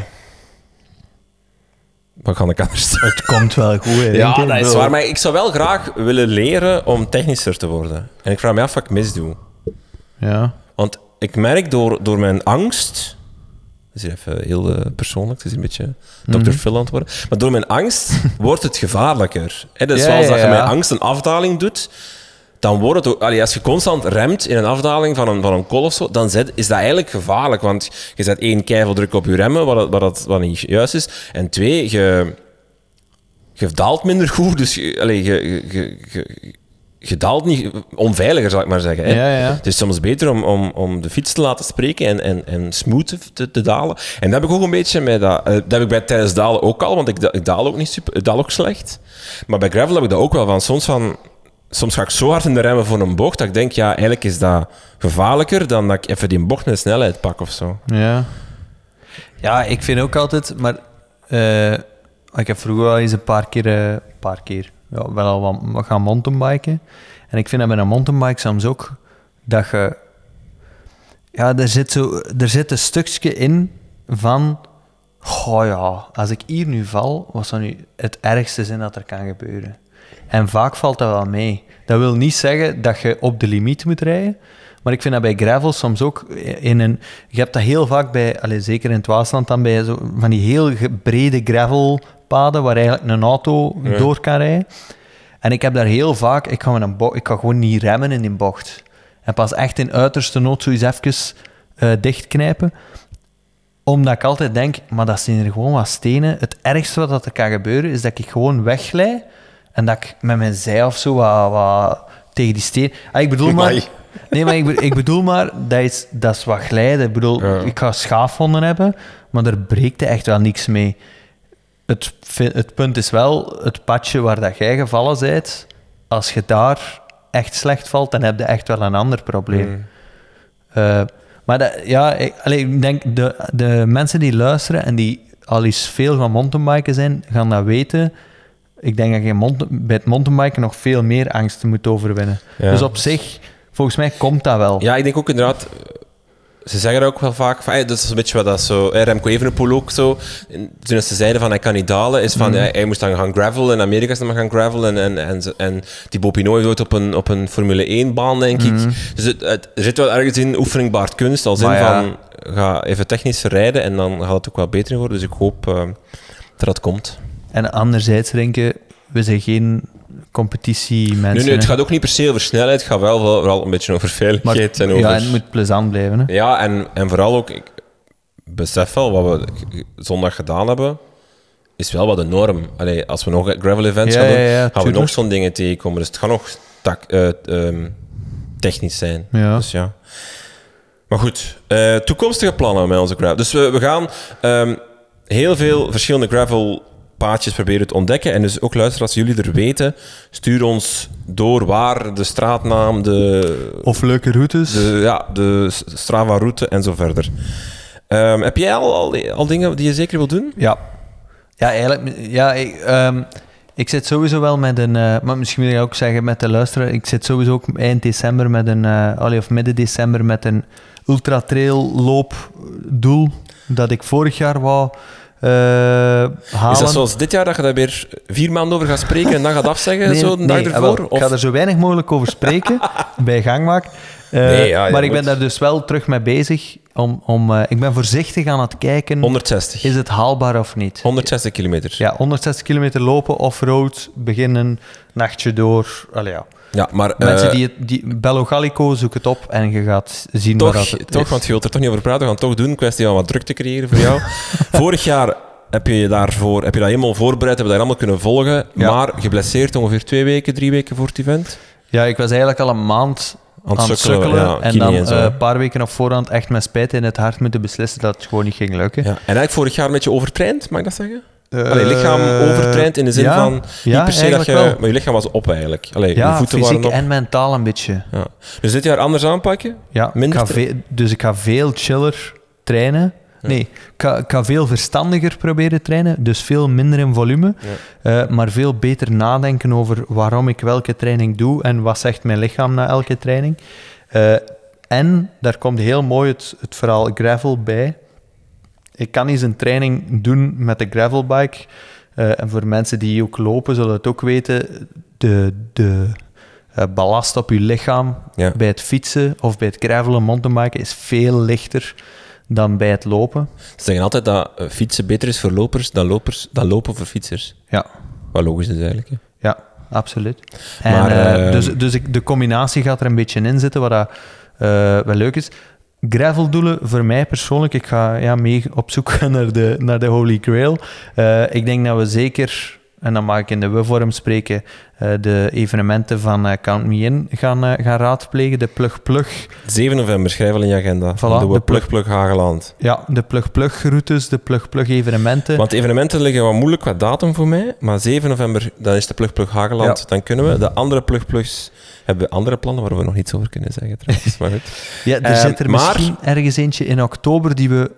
Wat kan ik anders doen? Het komt wel goed, hè? Ja, dat is waar. Maar ik zou wel graag willen leren om technischer te worden. En ik vraag me af wat ik misdoe. Ja. Want ik merk door, door mijn angst... Dat is even heel uh, persoonlijk, het is een beetje dokter Mm-hmm. Phil aan het worden. Maar door mijn angst wordt het gevaarlijker. Hè? Dus ja, zoals ja, dat je ja. met angst een afdaling doet... Dan wordt het ook, allee, als je constant remt in een afdaling van een, van een kol of zo, dan zet, is dat eigenlijk gevaarlijk. Want je zet één, keiveel druk op je remmen, wat, dat, wat, dat, wat niet juist is. En twee, je, je daalt minder goed. Dus je, allee, je, je, je, je daalt niet onveiliger, zal ik maar zeggen. Hè? Ja, ja. Het is soms beter om, om, om de fiets te laten spreken en, en, en smooth te, te dalen. En dat heb ik ook een beetje met dat. Uh, dat heb ik bij tijdens dalen ook al, want ik, ik daal ook niet super, ik daal ook slecht. Maar bij gravel heb ik dat ook wel van. Soms van. Soms ga ik zo hard in de remmen voor een bocht dat ik denk, ja, eigenlijk is dat gevaarlijker dan dat ik even die bocht met snelheid pak of zo. Ja, ja ik vind ook altijd, maar uh, ik heb vroeger wel eens een paar keer, uh, een paar keer ja, wel al wat, wat gaan mountainbiken. En ik vind dat met een mountainbike soms ook dat je, ja, er zit, zo, er zit een stukje in van, oh ja, als ik hier nu val, wat zou nu het ergste zijn dat er kan gebeuren? En vaak valt dat wel mee. Dat wil niet zeggen dat je op de limiet moet rijden. Maar ik vind dat bij gravel soms ook in een... Je hebt dat heel vaak bij... Allez, zeker in het Waasland dan bij zo, van die heel brede gravelpaden waar eigenlijk een auto ja. door kan rijden. En ik heb daar heel vaak... Ik ga, met een bo- ik ga gewoon niet remmen in die bocht. En pas echt in uiterste nood zo eens even uh, dichtknijpen. Omdat ik altijd denk, maar dat zijn er gewoon wat stenen. Het ergste wat er kan gebeuren is dat ik gewoon wegglij. En dat ik met mijn zij of zo wat, wat tegen die steen... Ah, ik bedoel maar... Nee, maar ik, be, ik bedoel maar, dat is, dat is wat glijden. Ik bedoel, ja. ik ga schaafwonden hebben, maar er breekt echt wel niks mee. Het, het punt is wel, het padje waar dat jij gevallen bent, als je daar echt slecht valt, dan heb je echt wel een ander probleem. Mm. Uh, maar dat, ja, ik, allee, ik denk, de, de mensen die luisteren en die al eens veel van mountainbiken zijn, gaan dat weten... Ik denk dat je mont- bij het mountainbiken nog veel meer angst moet overwinnen. Ja. Dus op zich, volgens mij komt dat wel. Ja, ik denk ook inderdaad... Ze zeggen ook wel vaak... Van, dat is een beetje wat dat zo... Remco Evenepoel ook zo... Toen ze zeiden van hij kan niet dalen, is van... Mm. Ja, hij moest dan gaan gravelen. In Amerika is dan maar gaan gravelen. En, en, en, en Thibaut Pinot heeft ooit op een, op een Formule één-baan, denk mm. ik. Dus het, het, er zit wel ergens in oefening baart kunst. Als in ja. van... Ga even technisch rijden en dan gaat het ook wel beter worden. Dus ik hoop uh, dat dat komt. En anderzijds denken, we zijn geen competitiemensen. Nee, nee, het gaat ook niet per se over snelheid, het gaat wel vooral een beetje over veiligheid. Maar, en over... Ja, en het moet plezant blijven. Hè? Ja, en, en vooral ook, ik besef wel, wat we zondag gedaan hebben, is wel wat de norm. Allee, als we nog gravel-events ja, gaan doen, ja, ja, gaan tuurlijk. we nog zo'n dingen tegenkomen. Dus het gaat nog tak, uh, um, technisch zijn. Ja. Dus ja. Maar goed, uh, toekomstige plannen met onze gravel. Dus we, we gaan um, heel veel verschillende gravel paadjes proberen te ontdekken. En dus ook luisteren, als jullie er weten, stuur ons door waar de straatnaam, de... Of leuke routes. De, ja, de Strava-route en zo verder. Um, heb jij al, al, al dingen die je zeker wil doen? Ja. Ja, eigenlijk... Ja, ik, um, ik zit sowieso wel met een... Uh, maar misschien wil ik ook zeggen met de luisteraar, ik zit sowieso ook eind december met een... Uh, allee, of midden december met een ultratrail loopdoel dat ik vorig jaar wou... Uh, halen. Is dat zoals dit jaar, dat je daar weer vier maanden over gaat spreken en dan gaat afzeggen, nee, zo de nee, dag ervoor? Wel, ik ga er zo weinig mogelijk over spreken, bij gang maken. Uh, nee, ja, maar ik moet... ben daar dus wel terug mee bezig. Om, om, uh, ik ben voorzichtig aan het kijken... honderdzestig. Is het haalbaar of niet? honderdzestig kilometer. Ja, honderdzestig kilometer lopen, off-road, beginnen, nachtje door. Allee, ja. Ja, maar, Mensen uh, die het... Die, Bello Gallico, zoek het op en je gaat zien toch, waar dat het toch, is. want je wilt er toch niet over praten. We gaan het toch doen. Kwestie van wat druk te creëren voor jou. Vorig jaar heb je, je daarvoor, heb je dat helemaal voorbereid, heb je dat allemaal kunnen volgen. Ja. Maar geblesseerd ongeveer twee weken, drie weken voor het event. Ja, ik was eigenlijk al een maand Aan het aan het sukkelen, sukkelen. ja, en knie dan en zo. uh, een paar weken op voorhand echt met spijt in het hart moeten beslissen dat het gewoon niet ging lukken. Ja. En eigenlijk vorig jaar een beetje overtraind, mag ik dat zeggen? Uh, Allee, lichaam overtraind in de zin ja, van... Niet ja, per se dat je... wel. Maar je lichaam was op eigenlijk. Allee, Ja, je voeten fysiek waren op. en mentaal een beetje. Ja. Dus dit jaar anders aanpakken? Ja, Minder ik ga ve- dus ik ga veel chiller trainen. Ja. Nee, ik ga, ik ga veel verstandiger proberen trainen, dus veel minder in volume, Ja. uh, maar veel beter nadenken over waarom ik welke training doe en wat zegt mijn lichaam na elke training. Uh, en daar komt heel mooi het, het verhaal gravel bij. Ik kan eens een training doen met de gravelbike. Uh, en voor mensen die ook lopen, zullen het ook weten. De, de uh, ballast op je lichaam Ja. bij het fietsen of bij het gravelen, mountainbiken is veel lichter dan bij het lopen. Ze zeggen altijd dat uh, fietsen beter is voor lopers dan, lopers dan lopen voor fietsers. Ja, Wat logisch is eigenlijk. Hè. ja, absoluut. En, Maar, uh, uh, dus dus ik, de combinatie gaat er een beetje in zitten, wat dat, uh, wel leuk is. Graveldoelen voor mij persoonlijk, ik ga ja, mee op zoek naar de, naar de Holy Grail. Uh, ik denk dat we zeker, en dan mag ik in de we-vorm spreken, uh, de evenementen van uh, Count Me In gaan, uh, gaan raadplegen. De Plug Plug. zeven november, schrijf wel in je agenda. Voilà, Dan doen we de Plug Plug Hageland. Ja, de Plug Plug routes, de Plug Plug evenementen. Want de evenementen liggen wat moeilijk qua datum voor mij. Maar zeven november, dan is de Plug Plug Hageland. Ja. Dan kunnen we. De andere Plug Plugs hebben we andere plannen waar we nog niets over kunnen zeggen trouwens. Maar goed. Ja, er Um, zit er maar- misschien ergens eentje in oktober die we,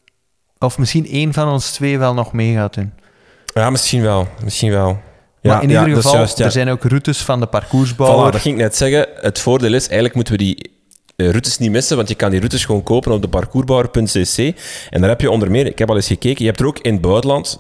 of misschien één van ons twee wel nog mee gaat doen. Ja, misschien wel. Misschien wel. Ja, Maar in ja, ieder dat is geval, juist, ja. er zijn ook routes van de Voilà, parcoursbouwer. dat ging ik net zeggen. Het voordeel is, eigenlijk moeten we die uh, routes niet missen, want je kan die routes gewoon kopen op de parcoursbouwer punt c c. En daar heb je onder meer, ik heb al eens gekeken, je hebt er ook in het buitenland,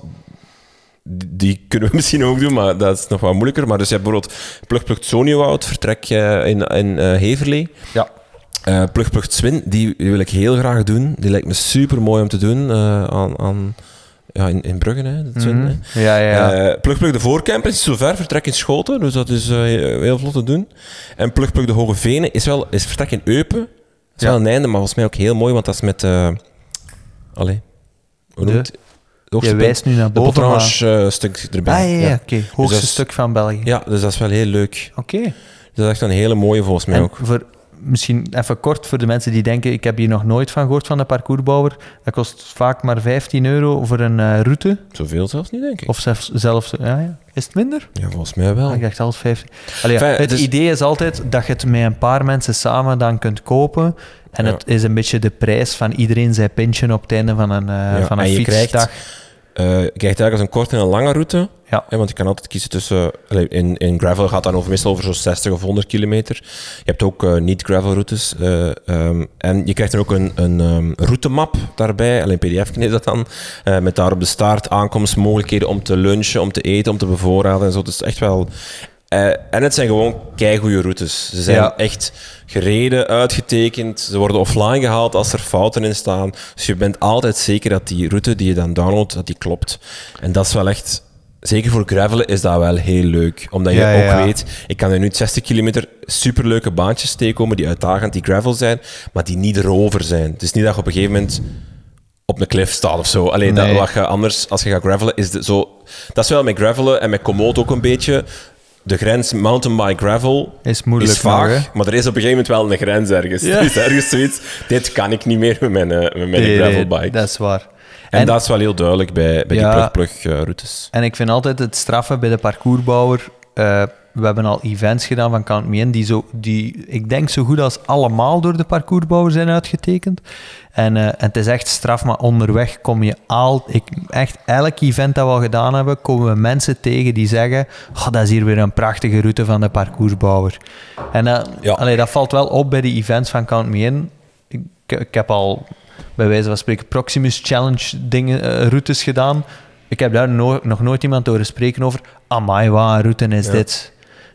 die, die kunnen we misschien ook doen, maar dat is nog wat moeilijker. Maar dus je hebt bijvoorbeeld Plug Plug Zoniewoud, vertrek uh, in, in uh, Heverlee. Ja. Uh, Plug Plug Zwin, die wil ik heel graag doen. Die lijkt me super mooi om te doen uh, aan, aan, ja, in, in Brugge, hè, dat Zwin, Mhm. hè. Ja, ja, ja. Uh, Plug Plug de Voorkemper is zo ver, vertrek in Schoten, dus dat is uh, heel vlot te doen. En Plug Plug de Hoge Venen is wel is vertrek in Eupen. Dat is Ja. wel een einde, maar volgens mij ook heel mooi, want dat is met... Uh, allee, hoe De- noemt het? Je Hoogste wijst nu naar de boven, maar... Potrange uh, stuk erbij. Ah, ja, ja, ja. oké. Hoogste dat is- stuk van België. Ja, dus dat is wel heel leuk. Oké. Dus dat is echt een hele mooie volgens mij En ook. voor, misschien even kort voor de mensen die denken, ik heb hier nog nooit van gehoord van de parcoursbouwer. Dat kost vaak maar vijftien euro voor een uh, route. Zoveel zelfs niet, denk ik. Of zelfs, zelfs ja, ja. Is het minder? Ja, volgens mij wel. Ah, ik dacht altijd vijftien. Allee, ja, Enfin, het dus- idee is altijd dat je het met een paar mensen samen dan kunt kopen. En Ja. het is een beetje de prijs van iedereen zijn pintje op het einde van een, uh, Ja, van een en je fietsdag. krijgt- Uh, je krijgt eigenlijk als een korte en een lange route. Ja. Hè, want je kan altijd kiezen tussen... allee, in, in gravel gaat dat over, meestal over zo'n zestig of honderd kilometer. Je hebt ook uh, niet-gravel routes. Uh, um, en je krijgt dan ook een, een um, routemap daarbij. Alleen P D F is dat dan. Uh, met daar op de start aankomstmogelijkheden om te lunchen, om te eten, om te bevoorraden en zo. Dus echt wel... Uh, en het zijn gewoon keigoede routes. Ze zijn Ja. echt gereden, uitgetekend. Ze worden offline gehaald als er fouten in staan. Dus je bent altijd zeker dat die route die je dan downloadt, dat die klopt. En dat is wel echt... Zeker voor gravelen is dat wel heel leuk. Omdat je Ja, ja, ook ja. weet... Ik kan er nu zestig kilometer superleuke baantjes tegenkomen die uitdagend, die gravel zijn, maar die niet erover zijn. Het is niet dat je op een gegeven moment op een cliff staat of zo. Alleen Nee. dat wat je anders, als je gaat gravelen, is de, zo... Dat is wel met gravelen en met Komoot ook een beetje... De grens mountainbike gravel Is moeilijk is vaag, nog, hè? maar er is op een gegeven moment wel een grens ergens. Ja. Er is ergens zoiets, dit kan ik niet meer met mijn, uh, met mijn Nee, nee, gravelbike. dat is waar. en, en- dat is wel heel duidelijk bij, bij Ja. die plug-plug-routes. En ik vind altijd het straffen bij de parcoursbouwer. Uh, we hebben al events gedaan van Count Me In, die, zo, die ik denk zo goed als allemaal door de parcoursbouwer zijn uitgetekend. En, uh, en het is echt straf, maar onderweg kom je al... Ik, echt elk event dat we al gedaan hebben, komen we mensen tegen die zeggen oh, dat is hier weer een prachtige route van de parcoursbouwer. En uh, Ja. allee, dat valt wel op bij die events van Count Me In. Ik, ik heb al, bij wijze van spreken, Proximus Challenge dingen, uh, routes gedaan. Ik heb daar no- nog nooit iemand horen spreken over amai, wat een route is Ja. dit.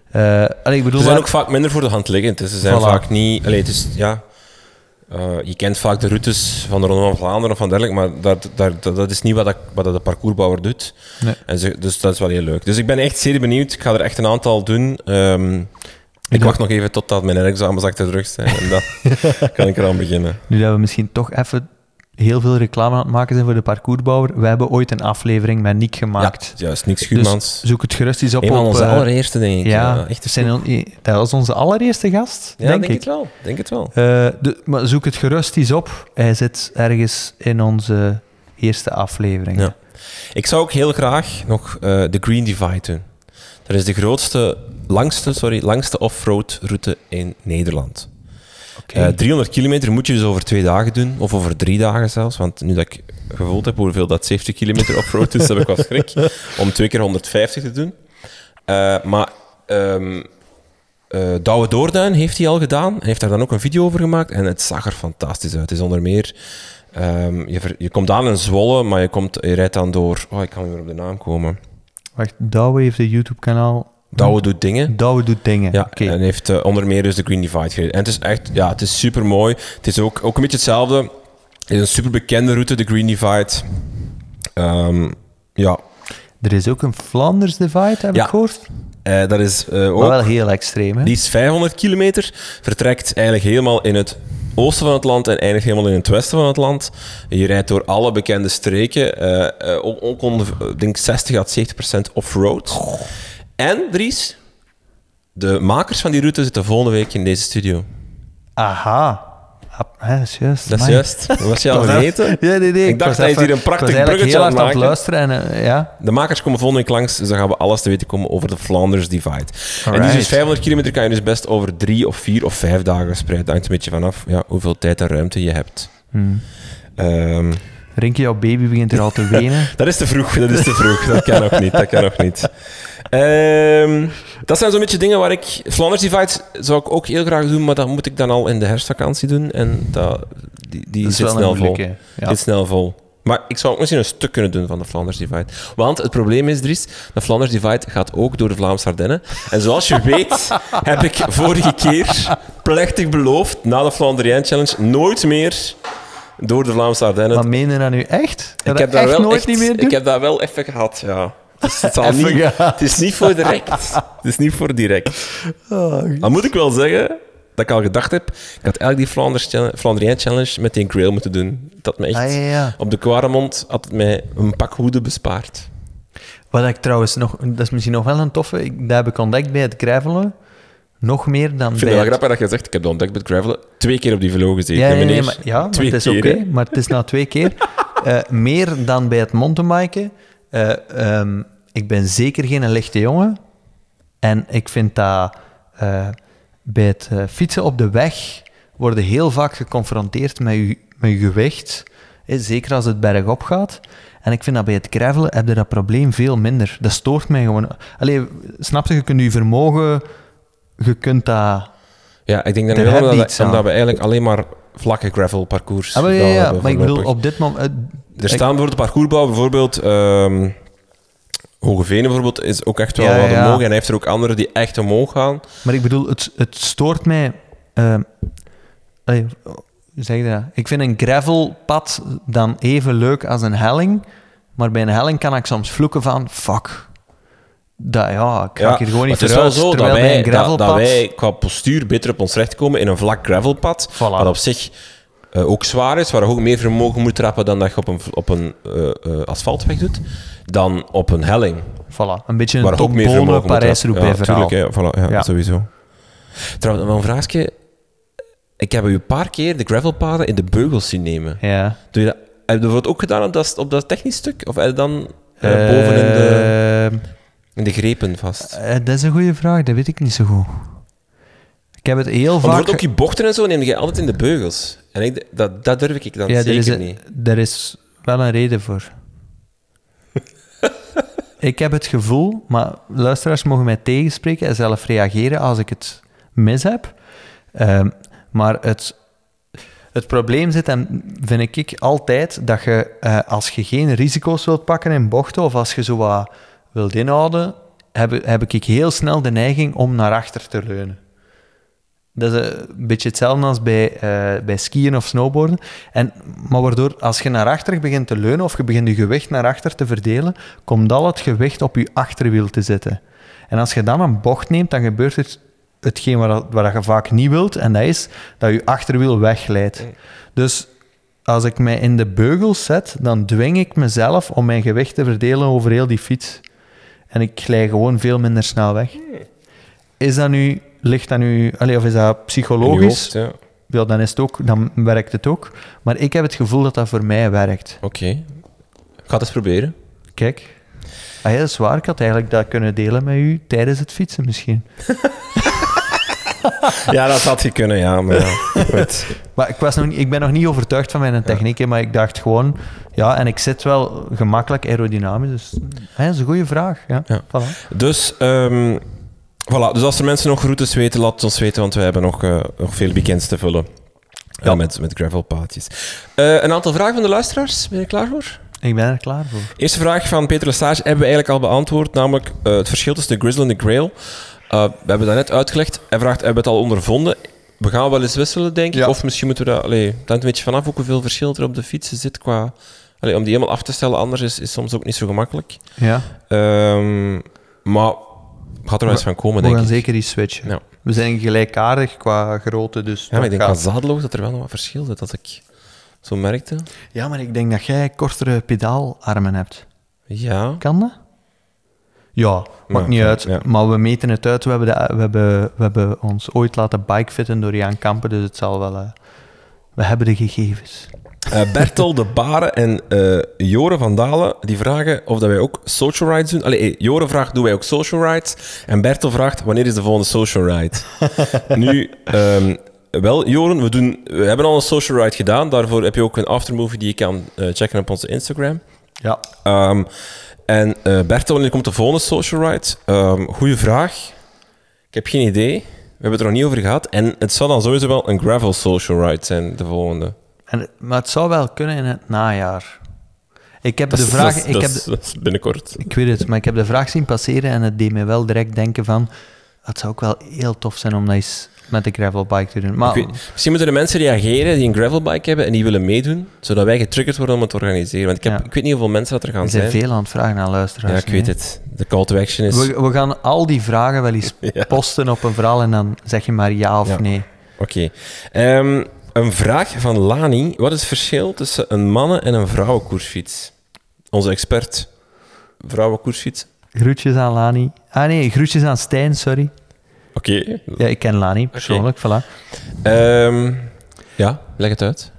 Uh, allee, ik bedoel, ze zijn maar... ook vaak minder voor de hand liggend. Dus ze zijn Voilà. vaak niet... Allee, het is, ja, uh, je kent vaak de routes van de Ronde van Vlaanderen of van dergelijke, maar dat, dat, dat, dat is niet wat, dat, wat dat de parcoursbouwer doet. Nee. En ze, dus dat is wel heel leuk. Dus ik ben echt zeer benieuwd. Ik ga er echt een aantal doen. Um, ik wacht nog even totdat mijn examens achter de rug zijn. En dan kan ik eraan beginnen. Nu dat we misschien toch even heel veel reclame aan het maken zijn voor de parcoursbouwer. We hebben ooit een aflevering met Nick gemaakt. Ja, juist. Nick Schuurmans. Dus zoek het gerust eens op. Een van op, onze uh, allereerste, denk ik. Ja, Ja, echt zijn, dat was onze allereerste gast, ja, denk, denk ik. het wel. Denk het wel. Uh, de, maar zoek het gerust eens op. Hij zit ergens in onze eerste aflevering. Ja. Ik zou ook heel graag nog uh, de Green Divide doen. Dat is de grootste, langste, sorry, langste off-road route in Nederland. Okay. Uh, driehonderd kilometer moet je dus over twee dagen doen, of over drie dagen zelfs. Want nu dat ik gevoeld heb hoeveel dat zeventig kilometer off-road is, heb ik wat schrik om twee keer honderdvijftig te doen. Uh, maar um, uh, Douwe Doorduin heeft hij al gedaan. Hij heeft daar dan ook een video over gemaakt en het zag er fantastisch uit. Het is onder meer... Um, je, ver, je komt aan in Zwolle, maar je, komt, je rijdt dan door... Oh, ik kan niet meer op de naam komen. Wacht, Douwe heeft een YouTube-kanaal... Douwe doet dingen. Douwe doet dingen, ja, okay. En heeft uh, onder meer dus de Green Divide gereden. En het is echt, ja, het is super mooi. Het is ook, ook een beetje hetzelfde. Het is een super bekende route, de Green Divide. Um, ja. Er is ook een Flanders Divide, heb ja. ik gehoord. Uh, dat is uh, ook... Maar wel heel extreem, hè? Die is vijfhonderd kilometer. Vertrekt eigenlijk helemaal in het oosten van het land en eindigt helemaal in het westen van het land. Je rijdt door alle bekende streken. Uh, uh, ook, ook onder, ik denk zestig à zeventig procent off-road. Oh. En, Dries, de makers van die route zitten volgende week in deze studio. Aha. Ja, dat is juist. Dat is juist. Dat was je al vergeten? Ja, nee, nee. Ik dacht dat je hier een prachtig bruggetje aan het luisteren. En, uh, ja. De makers komen volgende week langs, dus dan gaan we alles te weten komen over de Flanders Divide. Alright. En die is dus vijfhonderd kilometer kan je dus best over drie of vier of vijf dagen spreiden. Dat hangt een beetje vanaf ja, hoeveel tijd en ruimte je hebt. Hmm. Um, Rinke, jouw baby begint er al te wenen. Dat is te vroeg, dat is te vroeg. Dat kan nog niet, dat kan nog niet. Um, dat zijn zo'n beetje dingen waar ik... Flanders Divide zou ik ook heel graag doen, maar dat moet ik dan al in de herfstvakantie doen. En dat, die, die dat zit snel vol. Ja. Zit snel vol. Maar ik zou ook misschien een stuk kunnen doen van de Flanders Divide. Want het probleem is, Dries, de Flanders Divide gaat ook door de Vlaamse Ardennen. En zoals je weet, heb ik vorige keer plechtig beloofd, na de Flandriën Challenge, nooit meer... door de Vlaamse Ardennen. Maar meen je dat nu echt? Ik dat heb dat echt wel nooit echt, niet meer doen? Ik heb dat wel even gehad, ja. Dus het, zal niet, het is niet voor direct. Het is niet voor direct. Oh, dan moet ik wel zeggen dat ik al gedacht heb, ik had eigenlijk die Flanders Challenge, Flandriën Challenge met die grail moeten doen. Dat me echt ah, ja, ja. op de Quaremont had het mij een pak woede bespaard. Wat ik trouwens nog, dat is misschien nog wel een toffe, ik, dat heb ik ontdekt bij het gravelen. Nog meer dan ik vind bij het wel het... grappig dat je zegt, ik heb dat ontdekt bij het gravelen. Twee keer op die velo gezeten, ja, ja, meneer. nee, maar, ja, maar twee het is keer, oké, okay, maar het is nou twee keer. uh, meer dan bij het mountainbiken. Uh, um, ik ben zeker geen lichte jongen. En ik vind dat uh, bij het uh, fietsen op de weg worden heel vaak geconfronteerd met je, met je gewicht. Hè, zeker als het bergop gaat. En ik vind dat bij het gravelen heb je dat probleem veel minder. Dat stoort mij gewoon. Allee, snap je, je kunt je vermogen... Je kunt dat... Ja, ik denk dat, wel dat, dat omdat we eigenlijk alleen maar vlakke gravel parcours ah, maar ja, ja, maar ik bedoel, op dit moment... Uh, er staan voor de parcoursbouw bijvoorbeeld... Um, Hogeveen bijvoorbeeld is ook echt wel ja, wat omhoog. Ja. En hij heeft er ook andere die echt omhoog gaan. Maar ik bedoel, het, het stoort mij... Uh, allee, hoe zeg je dat? Ik vind een gravelpad dan even leuk als een helling. Maar bij een helling kan ik soms vloeken van... Fuck... Dat, ja, ik ga ja, hier gewoon niet het is wel zo dat wij, dat, dat wij qua postuur beter op ons recht komen in een vlak gravelpad, voilà. Wat op zich uh, ook zwaar is, waar je ook meer vermogen moet trappen dan dat je op een, op een uh, uh, asfaltweg doet, dan op een helling. Voilà, een beetje een topbone Parijs-Roubaix ja, verhaal. Ja, voilà, ja, ja. sowieso. Trouwens, nog een vraagje. Ik heb u een paar keer de gravelpaden in de beugels zien nemen. Ja. Doe je dat, heb je dat bijvoorbeeld ook gedaan op dat, op dat technisch stuk? Of heb je dan uh, uh, boven in de... In de grepen vast? Uh, dat is een goede vraag, dat weet ik niet zo goed. Ik heb het heel vaak... Bijvoorbeeld ook die bochten en zo neem je altijd in de beugels. En ik, dat, dat durf ik dan ja, zeker is een, niet. Daar is wel een reden voor. Ik heb het gevoel, maar luisteraars mogen mij tegenspreken en zelf reageren als ik het mis heb. Uh, maar het, het probleem zit, en vind ik altijd, dat je uh, als je geen risico's wilt pakken in bochten, of als je zo wat... wilt inhouden heb, heb ik heel snel de neiging om naar achter te leunen. Dat is een beetje hetzelfde als bij, uh, bij skiën of snowboarden. En, maar waardoor, als je naar achter begint te leunen of je begint je gewicht naar achter te verdelen, komt al het gewicht op je achterwiel te zitten. En als je dan een bocht neemt, dan gebeurt het hetgeen wat, wat je vaak niet wilt, en dat is dat je achterwiel wegglijdt. Mm. Dus als ik mij in de beugels zet, dan dwing ik mezelf om mijn gewicht te verdelen over heel die fiets. En ik glij gewoon veel minder snel weg. Is dat nu, ligt dat nu, allez, of is dat psychologisch? Hoofd, ja. Ja, dan is het ook, dan werkt het ook. Maar ik heb het gevoel dat dat voor mij werkt. Oké. Okay. Ik ga het eens proberen. Kijk. Ah ja, dat is waar. Ik had eigenlijk dat kunnen delen met u tijdens het fietsen misschien. Ja, dat had je kunnen, ja. Maar, ja. Goed. Maar ik, was nog niet, ik ben nog niet overtuigd van mijn techniek, ja. Maar ik dacht gewoon... Ja, en ik zit wel gemakkelijk aerodynamisch, dus hè, dat is een goede vraag. Ja. Ja. Voilà. Dus, um, voilà. Dus als er mensen nog routes weten, laat het ons weten, want we hebben nog, uh, nog veel weekends te vullen. Ja. Uh, met, met gravelpaadjes. Uh, een aantal vragen van de luisteraars. Ben je klaar voor? Ik ben er klaar voor. Eerste vraag van Peter Lesage hebben we eigenlijk al beantwoord, namelijk uh, het verschil tussen de Grizzle en de Grail. Uh, we hebben dat net uitgelegd. Hij vraagt, hebben we het al ondervonden? We gaan wel eens wisselen, denk ik. Ja. Of misschien moeten we dat... Allee, dat hangt een beetje vanaf ook hoeveel verschil er op de fietsen zit qua... Allee, om die helemaal af te stellen, anders is, is soms ook niet zo gemakkelijk. Ja. Um, maar gaat er wel eens van komen, we denk ik. We gaan zeker iets switchen. Ja. We zijn gelijkaardig qua grootte, dus... Ja, maar ik denk aan zadeloos dat er wel nog wat verschil zit, dat ik zo merkte. Ja, maar ik denk dat jij kortere pedaalarmen hebt. Ja. Kan dat? Ja, maakt ja, niet uit. Ja. Maar we meten het uit. We hebben, de, we, hebben, we hebben ons ooit laten bikefitten door Jan Kampen, dus het zal wel... Uh, we hebben de gegevens. Uh, Bertel de Baren en uh, Joren van Dalen die vragen of dat wij ook social rides doen. Allee, hey, Joren vraagt, doen wij ook social rides? En Bertel vraagt, wanneer is de volgende social ride? Nu, um, wel, Joren, we, doen, we hebben al een social ride gedaan. Daarvoor heb je ook een aftermovie die je kan uh, checken op onze Instagram. Ja. Um, en uh, Bertel, wanneer komt de volgende social ride? Um, goeie vraag. Ik heb geen idee. We hebben het er nog niet over gehad. En het zal dan sowieso wel een gravel social ride zijn, de volgende. En, maar het zou wel kunnen in het najaar. Ik heb dat de is, vraag... Dat is, ik dat heb is, de, dat is binnenkort. Ik weet het, maar ik heb de vraag zien passeren en het deed me wel direct denken van... Het zou ook wel heel tof zijn om dat eens met de gravelbike te doen. Maar, weet, misschien moeten de mensen reageren die een gravelbike hebben en die willen meedoen, zodat wij getriggerd worden om het te organiseren. Want ik, heb, ja. ik weet niet hoeveel mensen dat er gaan er zijn. Er zijn veel aan het vragen aan luisteraars. Ja, ik weet het. De call to action is... We, we gaan al die vragen wel eens ja. posten op een verhaal en dan zeg je maar ja of ja. nee. Oké. Okay. Um, een vraag van Lani. Wat is het verschil tussen een mannen- en een vrouwenkoersfiets? Onze expert. Vrouwenkoersfiets. Groetjes aan Lani. Ah nee, groetjes aan Stijn, sorry. Oké. Okay. Ja, ik ken Lani persoonlijk, okay. Voilà. Um, ja, leg het uit.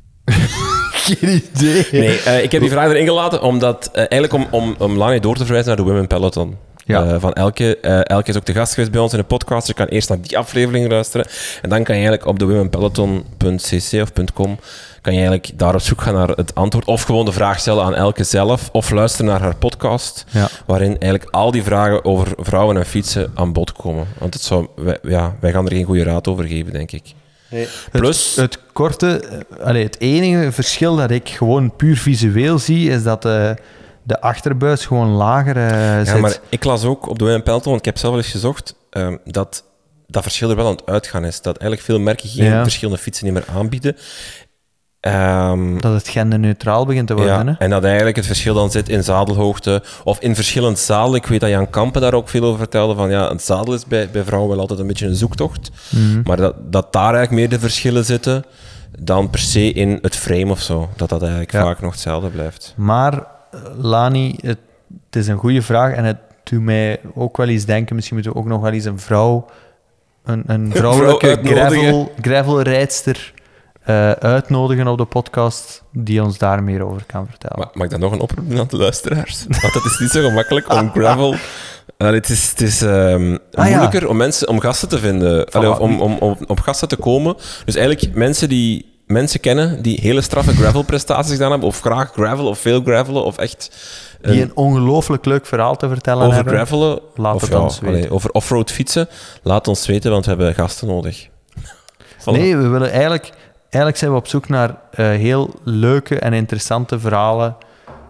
Geen idee. Nee, uh, ik heb die vraag erin gelaten omdat uh, eigenlijk om, om, om Lani door te verwijzen naar de Women Peloton. Ja. Uh, van Elke. Uh, Elke is ook de gast geweest bij ons in de podcast. Je kan eerst naar die aflevering luisteren. En dan kan je eigenlijk op de women peloton punt c c of .com kan je eigenlijk daar op zoek gaan naar het antwoord. Of gewoon de vraag stellen aan Elke zelf. Of luisteren naar haar podcast. Ja. Waarin eigenlijk al die vragen over vrouwen en fietsen aan bod komen. Want het zou, wij, ja, wij gaan er geen goede raad over geven, denk ik. Nee. Plus, het, het korte... Allez, het enige verschil dat ik gewoon puur visueel zie, is dat... Uh, de achterbuis gewoon lager uh, zit. Ja, maar ik las ook op de Women Peloton, want ik heb zelf wel eens gezocht, um, dat dat verschil er wel aan het uitgaan is. Dat eigenlijk veel merken geen ja. verschillende fietsen niet meer aanbieden. Um, dat het genderneutraal begint te worden. Ja, hè? En dat eigenlijk het verschil dan zit in zadelhoogte of in verschillend zadel. Ik weet dat Jan Kampen daar ook veel over vertelde. Van, ja, het zadel is bij, bij vrouwen wel altijd een beetje een zoektocht. Mm-hmm. Maar dat, dat daar eigenlijk meer de verschillen zitten dan per se in het frame of zo. Dat dat eigenlijk ja. vaak nog hetzelfde blijft. Maar... Lani, het, het is een goede vraag en het doet mij ook wel eens denken, misschien moeten we ook nog wel eens een vrouw, een, een vrouwelijke vrouw gravel, gravelrijdster uh, uitnodigen op de podcast, die ons daar meer over kan vertellen. Maar, mag ik dan nog een oproep doen aan de luisteraars? Want het is niet zo gemakkelijk om gravel... Uh, het is, het is um, ah, moeilijker ja. om, mensen, om gasten te vinden, Allee, of om, om, om op gasten te komen. Dus eigenlijk mensen die... mensen kennen die hele straffe gravel-prestaties gedaan hebben, of graag gravel, of veel gravelen, of echt... Een, die een ongelooflijk leuk verhaal te vertellen over hebben. Over gravelen, laat of het ja, ons weten. Allee, over offroad fietsen, laat ons weten, want we hebben gasten nodig. Voilà. Nee, we willen eigenlijk... Eigenlijk zijn we op zoek naar uh, heel leuke en interessante verhalen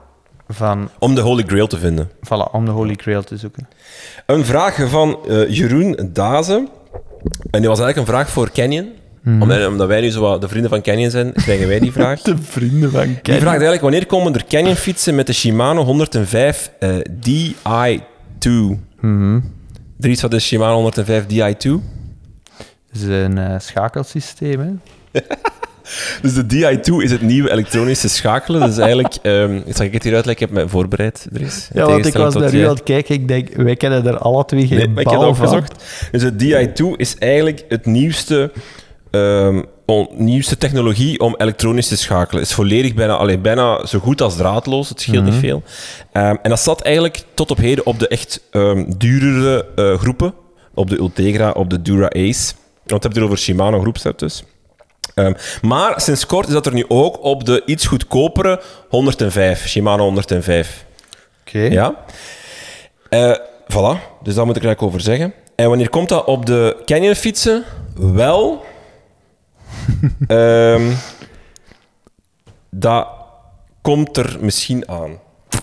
van... Om de Holy Grail te vinden. Voilà, om de Holy Grail te zoeken. Een vraag van uh, Jeroen Daze. En die was eigenlijk een vraag voor Canyon. Mm. Omdat, omdat wij nu zo wat de vrienden van Canyon zijn, krijgen wij die vraag. De vrienden van Canyon. Die vraagt eigenlijk, wanneer komen er Canyon fietsen met de Shimano honderdvijf uh, D I twee? Mm-hmm. Dries, wat is Shimano honderdvijf D I twee? Dat is een uh, schakelsysteem, hè? Dus de D I twee is het nieuwe elektronische schakelen. Dus eigenlijk, um, zal ik het hier uitleggen? Ik heb me voorbereid, Dries. Ja, want ik was naar u aan het kijken. Ik denk, wij kennen er alle twee geen nee, bal ik heb het van. opgezocht. Dus de D I twee is eigenlijk het nieuwste, um, on, nieuwste technologie om elektronisch te schakelen. Het is volledig bijna, allee, bijna zo goed als draadloos. Het scheelt mm-hmm. niet veel. Um, en dat zat eigenlijk tot op heden op de echt um, duurdere uh, groepen. Op de Ultegra, op de Dura Ace. Want het hebt hier over Shimano groepset dus. Um, maar sinds kort is dat er nu ook op de iets goedkopere honderdvijf, Shimano honderdvijf. Oké. Okay. Ja. Uh, voilà, dus daar moet ik er eigenlijk over zeggen. En wanneer komt dat op de Canyon fietsen? Wel... um, dat komt er misschien aan.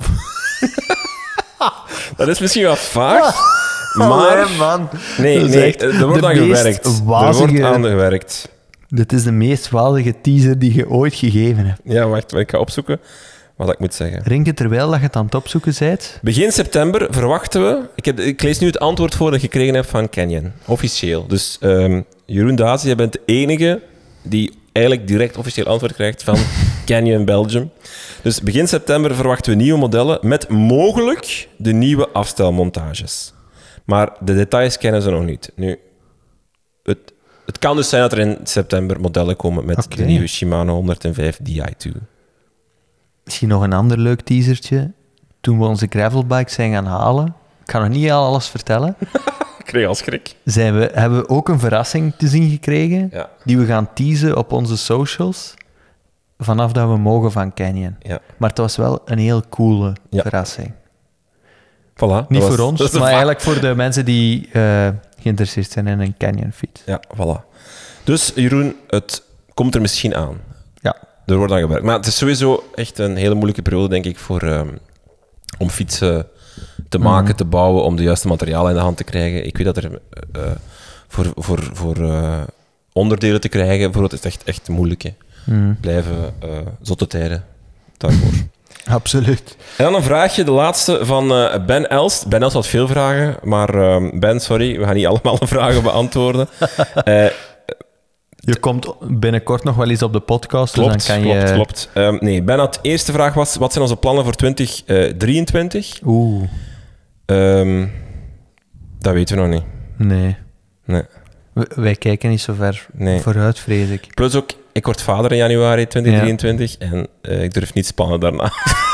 Dat is misschien wat vaag. Maar... Oh, man. Nee, nee, er wordt aan gewerkt. Wazige... Er wordt aan gewerkt. Dit is de meest wazige teaser die je ooit gegeven hebt. Ja, wacht, ik ga opzoeken wat ik moet zeggen. Rinke, terwijl dat je het aan het opzoeken bent... Begin september verwachten we... Ik, heb, ik lees nu het antwoord voor dat ik gekregen heb van Canyon. Officieel. Dus um, Jeroen Daas, jij bent de enige die eigenlijk direct officieel antwoord krijgt van Canyon Belgium. Dus begin september verwachten we nieuwe modellen met mogelijk de nieuwe afstelmontages. Maar de details kennen ze nog niet. Nu, het... Het kan dus zijn dat er in september modellen komen met okay. de nieuwe Shimano honderdvijf D I twee. Misschien nog een ander leuk teasertje. Toen we onze gravelbike zijn gaan halen, ik ga nog niet alles vertellen. Ik kreeg al schrik. Zijn we, hebben we ook een verrassing te zien gekregen, ja. die we gaan teasen op onze socials, vanaf dat we mogen van Canyon. Ja. Maar het was wel een heel coole ja. verrassing. Voilà, niet voor was, ons, maar va- eigenlijk voor de mensen die... Uh, geïnteresseerd zijn in een Canyon-fiets. Ja, voilà. Dus Jeroen, het komt er misschien aan. Ja. Er wordt aan gewerkt. Maar het is sowieso echt een hele moeilijke periode, denk ik, voor, um, om fietsen te maken, mm. te bouwen, om de juiste materialen in de hand te krijgen. Ik weet dat er uh, voor, voor, voor uh, onderdelen te krijgen, bijvoorbeeld, is het echt, echt moeilijk. Hè. Mm. Blijven uh, zotte tijden daarvoor. Absoluut. En dan een vraagje, de laatste van uh, Ben Elst. Ben Elst had veel vragen, maar uh, Ben, sorry, we gaan niet allemaal de vragen beantwoorden. uh, je komt binnenkort nog wel eens op de podcast, klopt, dus dan kan klopt, je... Klopt, klopt. Um, nee, Ben had de eerste vraag was, wat zijn onze plannen voor twintig drieëntwintig? Oeh. Um, dat weten we nog niet. Nee. Nee. W- wij kijken niet zo ver nee. vooruit, vrees ik. Plus ook, ik word vader in januari twintig drieëntwintig ja. en uh, ik durf niet spannen daarna.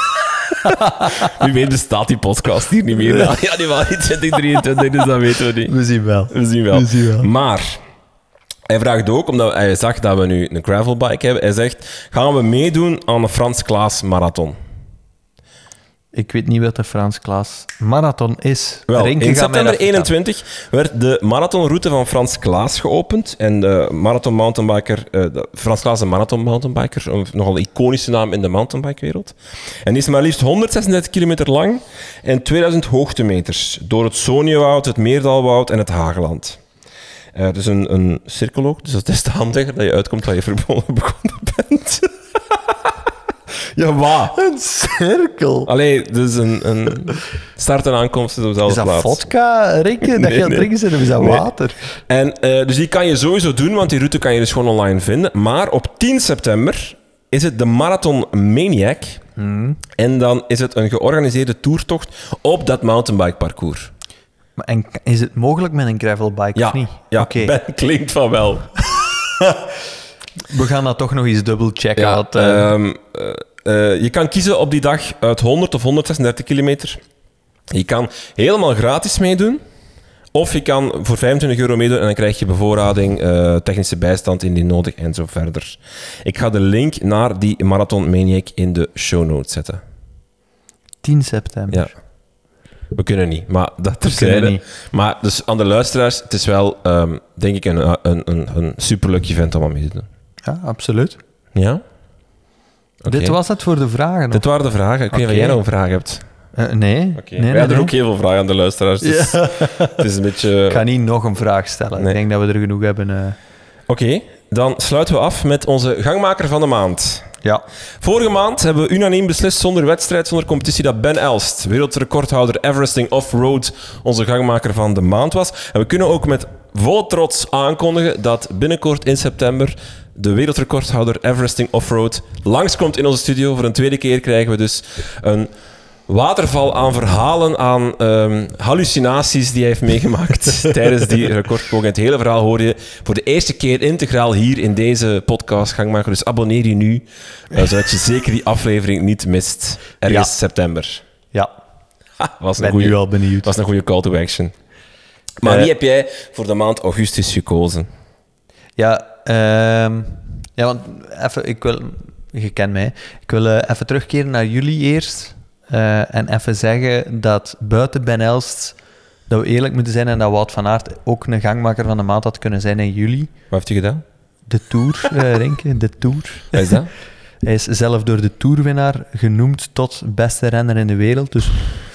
Wie weet bestaat die podcast hier niet meer. Ja, januari twintig drieëntwintig, dus dat weten we niet. We zien wel. We zien wel. We zien wel. Maar hij vraagt ook, omdat hij zag dat we nu een gravelbike hebben, hij zegt, gaan we meedoen aan de Frans Klaas Marathon? Ik weet niet wat de Frans Klaas Marathon is. Wel, Rinke in september eenentwintig werd de marathonroute van Frans Klaas geopend. En de marathon mountainbiker, uh, de Frans Klaas de marathon mountainbiker, een nogal iconische naam in de mountainbikewereld. En die is maar liefst honderdzesendertig kilometer lang en tweeduizend hoogtemeters door het Soniewoud, het Meerdalwoud en het Hageland. Uh, het is een, een cirkel ook, dus dat is te handiger dat je uitkomt waar je verbonden begonnen bent. Ja, wat? Een cirkel? Allee, dus een, een start en aankomst is op dezelfde plaats. Is dat vodka, Rikke? Dat nee, je aan het drinken zit, of is dat nee. water? En, uh, dus die kan je sowieso doen, want die route kan je dus gewoon online vinden. Maar op tien september is het de Marathon Maniac. Hmm. En dan is het een georganiseerde toertocht op dat mountainbike-parcours. Maar en is het mogelijk met een gravelbike ja, of niet? Ja, okay. Ben klinkt van wel. We gaan dat toch nog eens dubbel checken. Ja, wat, uh... um, uh, uh, je kan kiezen op die dag uit honderd of honderdzesendertig kilometer. Je kan helemaal gratis meedoen. Of je kan voor vijfentwintig euro meedoen en dan krijg je bevoorrading, uh, technische bijstand indien nodig en zo verder. Ik ga de link naar die Marathon Maniac in de show notes zetten. tien september. Ja. We kunnen niet, maar dat terzijde. niet. Maar dus aan de luisteraars, het is wel, um, denk ik, een, een, een, een superleuk event om aan mee te doen. Ja, absoluut. Ja? Okay. Dit was het voor de vragen. Dit waren de vragen. Ik weet niet of jij nog een vraag hebt. Uh, nee. Okay. nee. Wij hadden nee. ook heel veel vragen aan de luisteraars. Dus ja. Het is een beetje... Ik ga niet nog een vraag stellen. Nee. Ik denk dat we er genoeg hebben. Uh... Oké, okay, dan sluiten we af met onze gangmaker van de maand. Ja. Vorige maand hebben we unaniem beslist, zonder wedstrijd, zonder competitie, dat Ben Elst, wereldrecordhouder Everesting Offroad, onze gangmaker van de maand was. En we kunnen ook met volle trots aankondigen dat binnenkort in september de wereldrecordhouder Everesting Offroad langskomt in onze studio. Voor een tweede keer krijgen we dus een waterval aan verhalen, aan um, hallucinaties die hij heeft meegemaakt tijdens die recordpoging. Het hele verhaal hoor je voor de eerste keer integraal hier in deze podcast Gangmaker. Dus abonneer je nu, uh, zodat je zeker die aflevering niet mist. Ergens ja. september. Ja. Ha, was ben een goeie, nu al benieuwd. was een goede call to action. Maar uh, wie heb jij voor de maand augustus gekozen? Ja, um, ja want even, ik wil, je kent mij, ik wil uh, even terugkeren naar jullie eerst. Uh, en even zeggen dat buiten Ben Elst, dat we eerlijk moeten zijn en dat Wout van Aert ook een gangmaker van de maand had kunnen zijn in juli. Wat heeft hij gedaan? De Tour, uh, Renke, de Tour. Wat is dat? Hij is zelf door de Tourwinnaar genoemd tot beste renner in de wereld, dus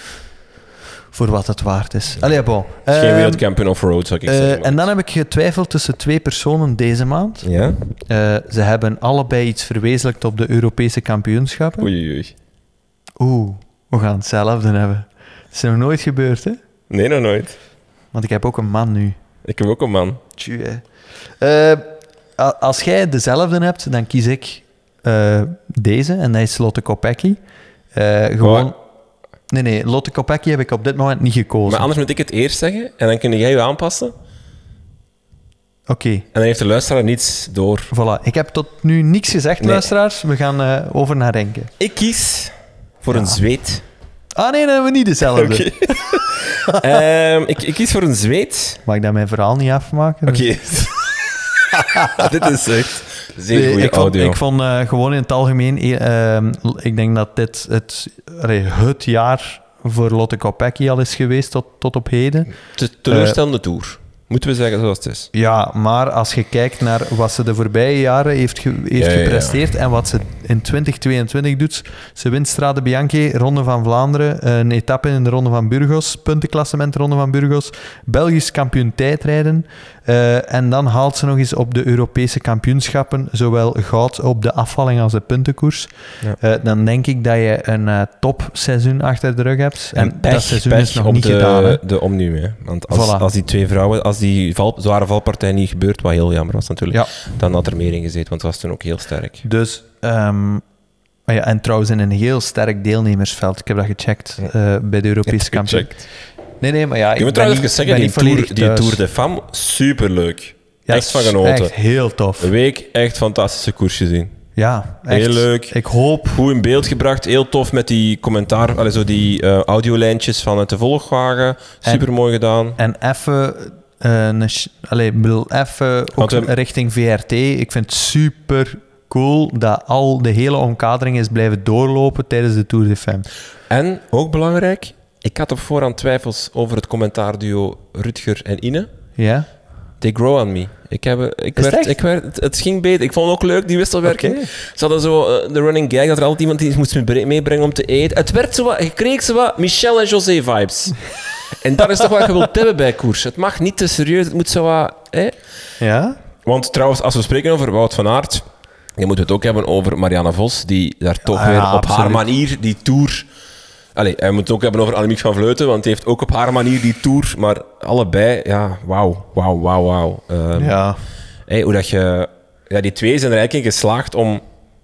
voor wat het waard is. Allee, bon. Geen uh, wereldkampioen off-road, zou ik uh, zeggen. En dan heb ik getwijfeld tussen twee personen deze maand. Ja? Uh, ze hebben allebei iets verwezenlijkt op de Europese kampioenschappen. Oei, oei. Oeh, we gaan hetzelfde hebben. Dat is nog nooit gebeurd, hè? Nee, nog nooit. Want ik heb ook een man nu. Ik heb ook een man. Tjue, hè. Uh, als jij dezelfde hebt, dan kies ik uh, deze, en dat is Lotte Kopecky. Uh, gewoon... Wow. Nee, nee, Lotte Kopecky heb ik op dit moment niet gekozen. Maar anders moet ik het eerst zeggen, en dan kun jij je aanpassen. Oké. Okay. En dan heeft de luisteraar niets door. Voilà. Ik heb tot nu niks gezegd, nee. Luisteraars. We gaan uh, over naar Renke. Ik kies voor ja. een zweet. Ah nee, dan hebben we niet dezelfde. Okay. um, ik, ik kies voor een zweet. Mag ik dat mijn verhaal niet afmaken? Oké. Okay. Dit is echt zeer nee, goede ik audio. Vond, ik vond uh, gewoon in het algemeen... Uh, ik denk dat dit het, het jaar voor Lotte Kopecky al is geweest tot, tot op heden. De teleurstellende uh, tour. Moeten we zeggen zoals het is. Ja, maar als je kijkt naar wat ze de voorbije jaren heeft, ge- heeft ja, ja, gepresteerd ja. en wat ze in twintig tweeëntwintig doet. Ze wint Strade Bianche, Ronde van Vlaanderen, een etappe in de Ronde van Burgos, puntenklassement Ronde van Burgos, Belgisch kampioen tijdrijden. Uh, en dan haalt ze nog eens op de Europese kampioenschappen zowel goud op de afvalling als de puntenkoers. Ja. Uh, dan denk ik dat je een uh, topseizoen achter de rug hebt. En, en pech, dat seizoen is nog niet de, gedaan. Hè? de Omnium, hè. Want als, voilà. als die twee vrouwen, als die val, zware valpartij niet gebeurt, wat heel jammer was natuurlijk, ja. dan had er meer in gezeten, want het was toen ook heel sterk. Dus, um, ja, en trouwens in een heel sterk deelnemersveld. Ik heb dat gecheckt uh, bij de Europese kampioen. Nee, nee, maar ja... Ik moet trouwens even zeggen, die, tour, die Tour de Femme, superleuk. Ja, echt van genoten. Echt heel tof. Een week, echt fantastische koers gezien. Ja, echt. Heel leuk. Ik hoop... Goed in beeld gebracht, heel tof met die commentaar, allee, zo die uh, audiolijntjes van het de volgwagen. Super mooi gedaan. En even... Uh, allee, bedoel, even ook we... richting V R T. Ik vind het super cool dat al de hele omkadering is blijven doorlopen tijdens de Tour de Femme. En, ook belangrijk, ik had op voorhand twijfels over het commentaarduo Rutger en Ine. Ja. They grow on me. Ik heb, ik werd, ik werd, het, het ging beter. Ik vond het ook leuk, die wisselwerking. Okay. Ze hadden zo uh, de running gag dat er altijd iemand die moest meebrengen om te eten. Het werd zo wat, je kreeg zo wat Michel en José vibes. En dat is toch wat je wilt hebben bij koers. Het mag niet te serieus, het moet zo wat... Eh? Ja? Want trouwens, als we spreken over Wout van Aert, dan moeten we het ook hebben over Marianne Vos, die daar toch ja, weer ja, op absoluut. haar manier die Tour... Allee, we moeten het ook hebben over Annemiek van Vleuten, want die heeft ook op haar manier die Tour, maar allebei, ja, wauw, wauw, wauw, wauw. Um, ja. Hey, hoe dat je... Ja, die twee zijn er eigenlijk in geslaagd om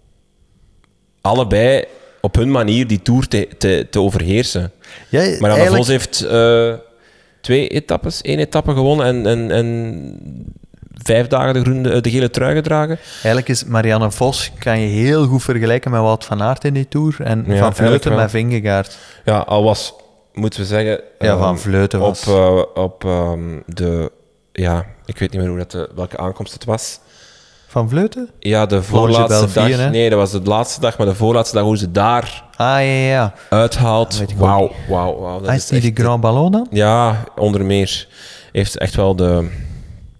allebei op hun manier die Tour te, te, te overheersen. Ja, maar Marianne eigenlijk... Vos heeft uh, twee etappes, één etappe gewonnen en, en, en vijf dagen de, groene, de gele trui gedragen. Eigenlijk is Marianne Vos, kan je heel goed vergelijken met Wout van Aert in die Tour en ja, Van Vleuten met Vingegaard. Ja, al was, moeten we zeggen... Ja, um, Van Vleuten was... Op, uh, op um, de... Ja, ik weet niet meer hoe dat de, welke aankomst het was. Van Vleuten? Ja, de voorlaatste dag. Vier, nee, dat was de laatste dag, maar de voorlaatste dag, hoe ze daar ah, ja, ja. uithaalt. Wauw, wauw, wauw. Ah, is die de Grand Ballon dan? Ja, onder meer. Heeft echt wel de...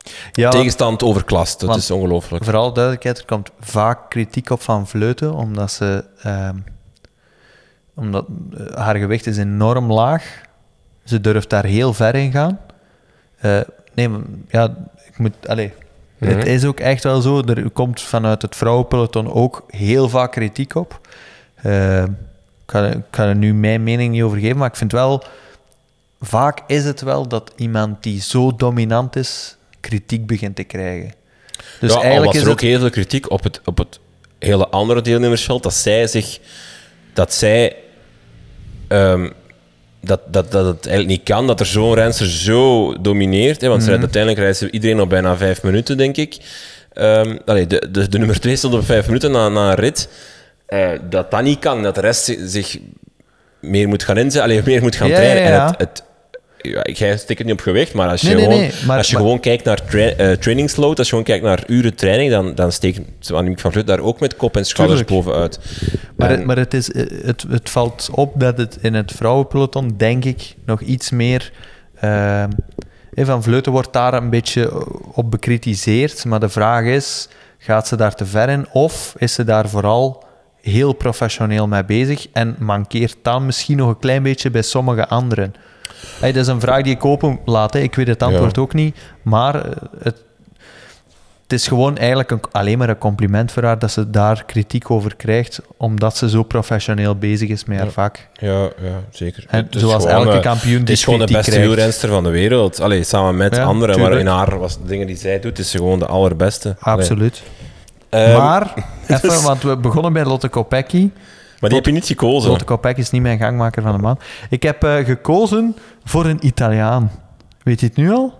Ja, tegenstand overklast. Dat want, is ongelooflijk. Vooral duidelijkheid, er komt vaak kritiek op van Vleuten, omdat ze... Um, omdat uh, haar gewicht is enorm laag. Ze durft daar heel ver in gaan. Uh, nee, maar, ja, ik moet... Allez, mm-hmm. Het is ook echt wel zo. Er komt vanuit het vrouwenpeloton ook heel vaak kritiek op. Uh, ik, ga, ik ga er nu mijn mening niet over geven, maar ik vind wel... Vaak is het wel dat iemand die zo dominant is, kritiek begint te krijgen. Dus ja, eigenlijk al was er is ook het... heel veel kritiek op het, op het hele andere deelnemersveld, dat zij zich... Dat zij... Um, dat, dat, dat het eigenlijk niet kan, dat er zo'n renster zo domineert. Hè, want mm-hmm. uiteindelijk reizen iedereen op bijna vijf minuten, denk ik. Um, allee, de, de, de nummer twee stond op vijf minuten na, na een rit. Uh, dat dat niet kan, dat de rest zich meer moet gaan inzetten, allee, meer moet gaan ja, trainen. Ja, ja. En het, het, ja, jij stikt het niet op gewicht, maar als je, nee, gewoon, nee, nee, maar, als je maar, gewoon kijkt naar tra- uh, trainingsload, als je gewoon kijkt naar uren training, dan, dan steekt Annemiek van Vleuten daar ook met kop en schouders tuurlijk. bovenuit. Maar, en, het, maar het, is, het, het valt op dat het in het vrouwenpeloton, denk ik, nog iets meer... Uh, Van Vleuten wordt daar een beetje op bekritiseerd, maar de vraag is, gaat ze daar te ver in of is ze daar vooral heel professioneel mee bezig en mankeert dan misschien nog een klein beetje bij sommige anderen? Hey, dat is een vraag die ik open laat, hè. Ik weet het antwoord ja. ook niet, maar het, het is gewoon eigenlijk een, alleen maar een compliment voor haar dat ze daar kritiek over krijgt, omdat ze zo professioneel bezig is met haar ja. vak. Ja, ja zeker. En zoals gewoon, elke kampioen het is gewoon de beste wielrenster van de wereld. Allee, samen met ja, anderen, tuurlijk. Maar in haar was de dingen die zij doet, is ze gewoon de allerbeste. Absoluut. Um, maar, even, dus... want we begonnen bij Lotte Kopecky. Maar die heb je niet gekozen. Lotte Kopecky is niet mijn gangmaker van de maand. Ik heb uh, gekozen voor een Italiaan. Weet je het nu al?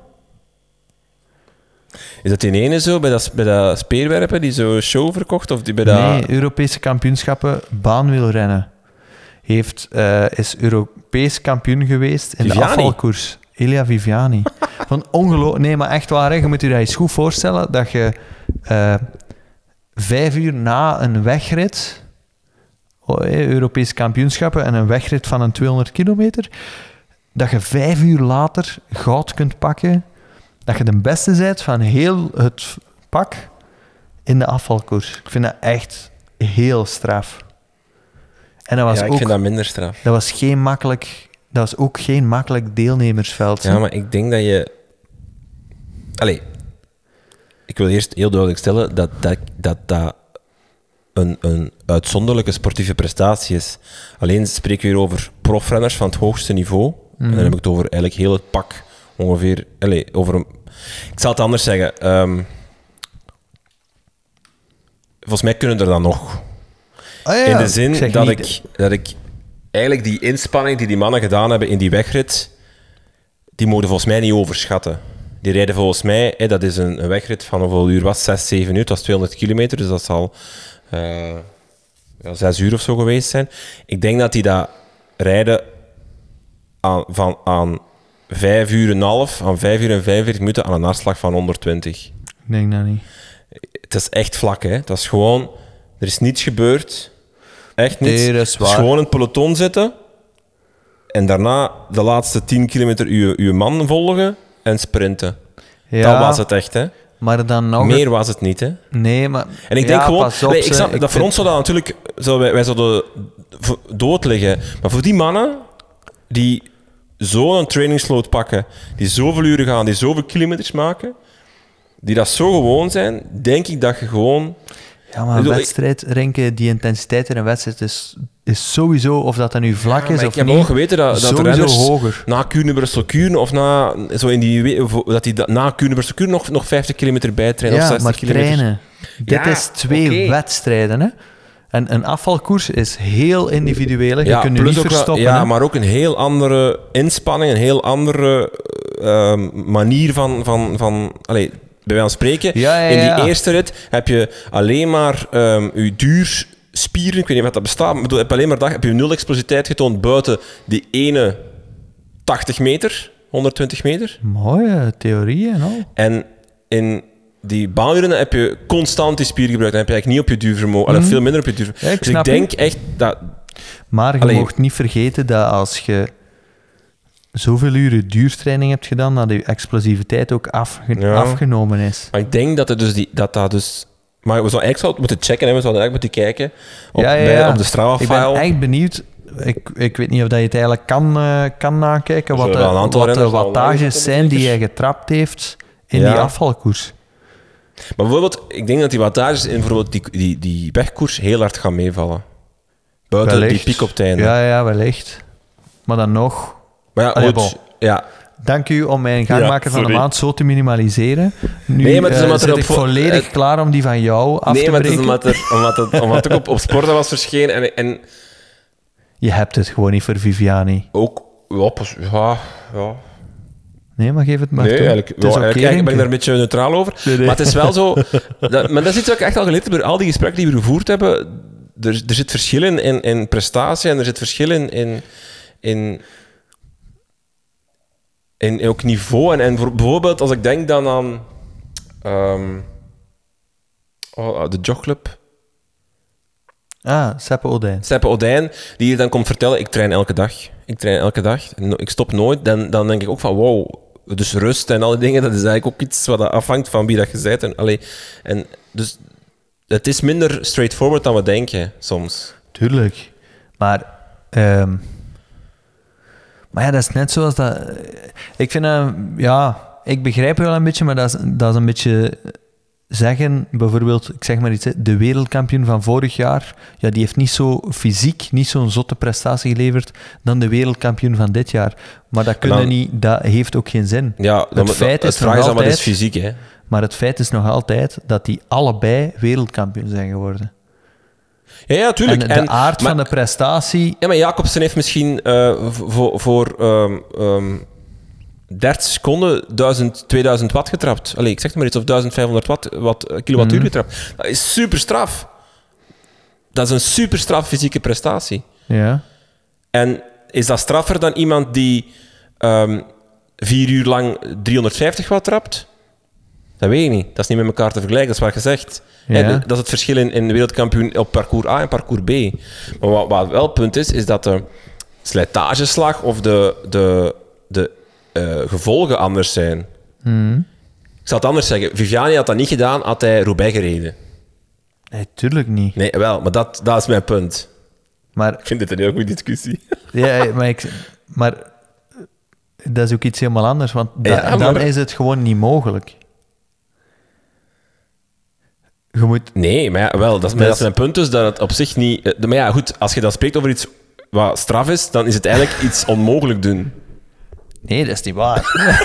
Is dat die ene zo, bij dat, bij dat speerwerpen, die zo show verkocht? Of die bij dat... Nee, Europese kampioenschappen baanwielrennen. Heeft, uh, is Europees kampioen geweest in Viviani. De afvalkoers. Elia Viviani. Van ongelooflijk... Nee, maar echt waar, hè. Je moet je dat eens goed voorstellen, dat je uh, vijf uur na een wegrit, oh, hey, Europese kampioenschappen en een wegrit van een tweehonderd kilometer, dat je vijf uur later goud kunt pakken, dat je de beste bent van heel het pak in de afvalkoers. Ik vind dat echt heel straf. En dat was ja, ik ook, vind dat minder straf. Dat was, geen makkelijk, dat was ook geen makkelijk deelnemersveld. Ja, maar ik denk dat je... Allee, ik wil eerst heel duidelijk stellen dat dat, dat, dat een, een uitzonderlijke sportieve prestatie is. Alleen spreken we hier over profrenners van het hoogste niveau. Mm-hmm. En dan heb ik het over eigenlijk heel het pak. Ongeveer... Allez, over een, ik zal het anders zeggen. Um, volgens mij kunnen er dan nog. Oh ja, in de zin ik dat, niet, ik, dat ik eigenlijk die inspanning die die mannen gedaan hebben in die wegrit, die mogen volgens mij niet overschatten. Die rijden volgens mij, hè, dat is een, een wegrit van hoeveel uur was zes, zeven uur, dat is tweehonderd kilometer, dus dat zal uh, ja, zes uur of zo geweest zijn. Ik denk dat die dat rijden aan, van, aan vijf uur en een half, aan vijf uur en vijfenveertig minuten aan een hartslag van honderdtwintig. Ik denk dat niet. Het is echt vlak, hè. Dat is gewoon... Er is niets gebeurd. Echt niets. Nee, dat is waar. Het is gewoon in het peloton zitten en daarna de laatste tien kilometer uw, uw man volgen en sprinten. Ja, dat was het echt, hè. Maar dan nog... Meer was het niet, hè. Nee, maar... En ik ja, denk gewoon... op, nee, ik snap, ik dat voor vind... ons zou dat natuurlijk... Zou wij, wij zouden dood liggen. Maar voor die mannen die zo'n trainingsload pakken, die zoveel uren gaan, die zoveel kilometers maken, die dat zo gewoon zijn, denk ik dat je gewoon... Ja, maar een wedstrijd, Renke, die intensiteit in een wedstrijd is, is sowieso, of dat dan nu vlak ja, is of ik heb niet, ook geweten dat, dat de renners hoger. Na Kuurne-Brussel-Kuurne of na, zo in die, dat die na Kuurne-Brussel-Kuurne nog, nog vijftig kilometer bijtrainen ja, of zestig kilometer. Trainen. Dit ja, is twee okay. wedstrijden, hè. En een afvalkoers is heel individueel. Je ja, kunt je niet verstoppen. Ja, hè? maar ook een heel andere inspanning, een heel andere uh, manier van... van, van allez, bij wijze van spreken, ja, ja, ja. in die eerste rit heb je alleen maar um, je duurspieren, ik weet niet wat dat bestaat, maar je hebt alleen maar dat, heb je nul explosiviteit getoond buiten die ene tachtig meter, honderdtwintig meter. Mooie theorie en al. En in die baanwielrennen heb je constant die spier gebruikt. Dan heb je eigenlijk niet op je duurvermogen, mm-hmm. veel minder op je duurvermogen. Ja, ik dus ik denk je. echt dat... Maar je Allee. mag niet vergeten dat als je zoveel uren duurtraining hebt gedaan dat je explosiviteit ook afge- Ja. afgenomen is. Maar ik denk dat het dus... Die, dat, dat dus maar we zouden eigenlijk zouden moeten checken, hè. We zouden eigenlijk moeten kijken op, Ja, ja, bij, ja. op de Strava-file. Ik ben echt benieuwd. Ik, ik weet niet of dat je het eigenlijk kan, uh, kan nakijken. Er Wat de, zullen wel een aantal wat de renners online wattages zitten, zijn die zeker. hij getrapt heeft in Ja. die afvalkoers. Maar bijvoorbeeld, ik denk dat die wattages in bijvoorbeeld die, die, die wegkoers heel hard gaan meevallen. Buiten Wellicht. die piek op het einde. Ja, ja, wellicht. Maar dan nog. Maar ja, Allee, goed. bon. Ja. Dank u om mijn gangmaker Ja, van de sorry. maand zo te minimaliseren. Nu Nee, maar het is uh, omdat er zit op ik vo- volledig het- klaar om die van jou af Nee, te maar het is breken. omdat, er, omdat, het, omdat het ook op, op Sporten was verschenen. En, en Je hebt het gewoon niet voor Viviani. ook... Ja, pas, ja, ja. Nee, maar geef het maar Nee, toe. eigenlijk, Het ja, is oké, eigenlijk, eigenlijk ben ik Renke. daar een beetje neutraal over. Nee, nee. Maar het is wel zo... Dat, maar dat is iets wat ik echt al geleerd heb door al die gesprekken die we gevoerd hebben. Er, er zit verschil in, in, in prestatie en er zit verschil in... in, in in, in ook niveau. En, en voor, bijvoorbeeld, als ik denk dan aan... ehm, oh, de jogclub. Ah, Seppe Odijn. Seppe Odijn, die hier dan komt vertellen, ik train elke dag. Ik train elke dag. No- Ik stop nooit. Dan, dan denk ik ook van, wow, dus rust en al die dingen, dat is eigenlijk ook iets wat afhangt van wie dat je bent. En, allee, en dus het is minder straightforward dan we denken, soms. Tuurlijk. Maar... ehm, maar ja, dat is net zoals dat... Ik vind dat... Ja, ik begrijp het wel een beetje, maar dat is, dat is een beetje... Zeggen, bijvoorbeeld, ik zeg maar iets, hè, de wereldkampioen van vorig jaar, ja, die heeft niet zo fysiek, niet zo'n zotte prestatie geleverd dan de wereldkampioen van dit jaar. Maar dat kunnen dan- niet, dat heeft ook geen zin. Ja, dan, feit het is vraag nog is dan, wat is altijd- fysiek, hè? Maar het feit is nog altijd dat die allebei wereldkampioen zijn geworden. Ja, ja, En tuurlijk. de En- aard maar- van de prestatie... Ja, maar Jacobsen heeft misschien eh, voor, voor ehm, ehm, dertig seconden duizend, tweeduizend watt getrapt. Allee, ik zeg maar iets, of duizend vijfhonderd watt, watt eh, kilowattuur Mhm. getrapt. Dat is super straf. Dat is een super straf fysieke prestatie. Ja. En is dat straffer dan iemand die ehm, vier uur lang driehonderdvijftig watt trapt? Dat weet je niet. Dat is niet met elkaar te vergelijken, dat is wat gezegd. Ja. Hè, dat is het verschil in, in wereldkampioen op parcours A en parcours B. Maar wat, wat wel het punt is, is dat de slijtageslag of de, de, de eh, gevolgen anders zijn. Mhm. Ik zal het anders zeggen. Viviani had dat niet gedaan, had hij Roubaix gereden. Nee, tuurlijk niet. Nee, wel, maar dat, dat is mijn punt. Maar, Ik vind dit een heel goede discussie. ja, maar, ik, maar dat is ook iets helemaal anders, want da- Ja, dan maar- is het gewoon niet mogelijk. Je moet... Nee, maar ja, wel, dat is, Dat dat is- is mijn punt dus, dat het op zich niet... eh, Maar ja, goed, als je dan spreekt over iets wat straf is, dan is het eigenlijk iets onmogelijk doen. Nee, dat is niet waar.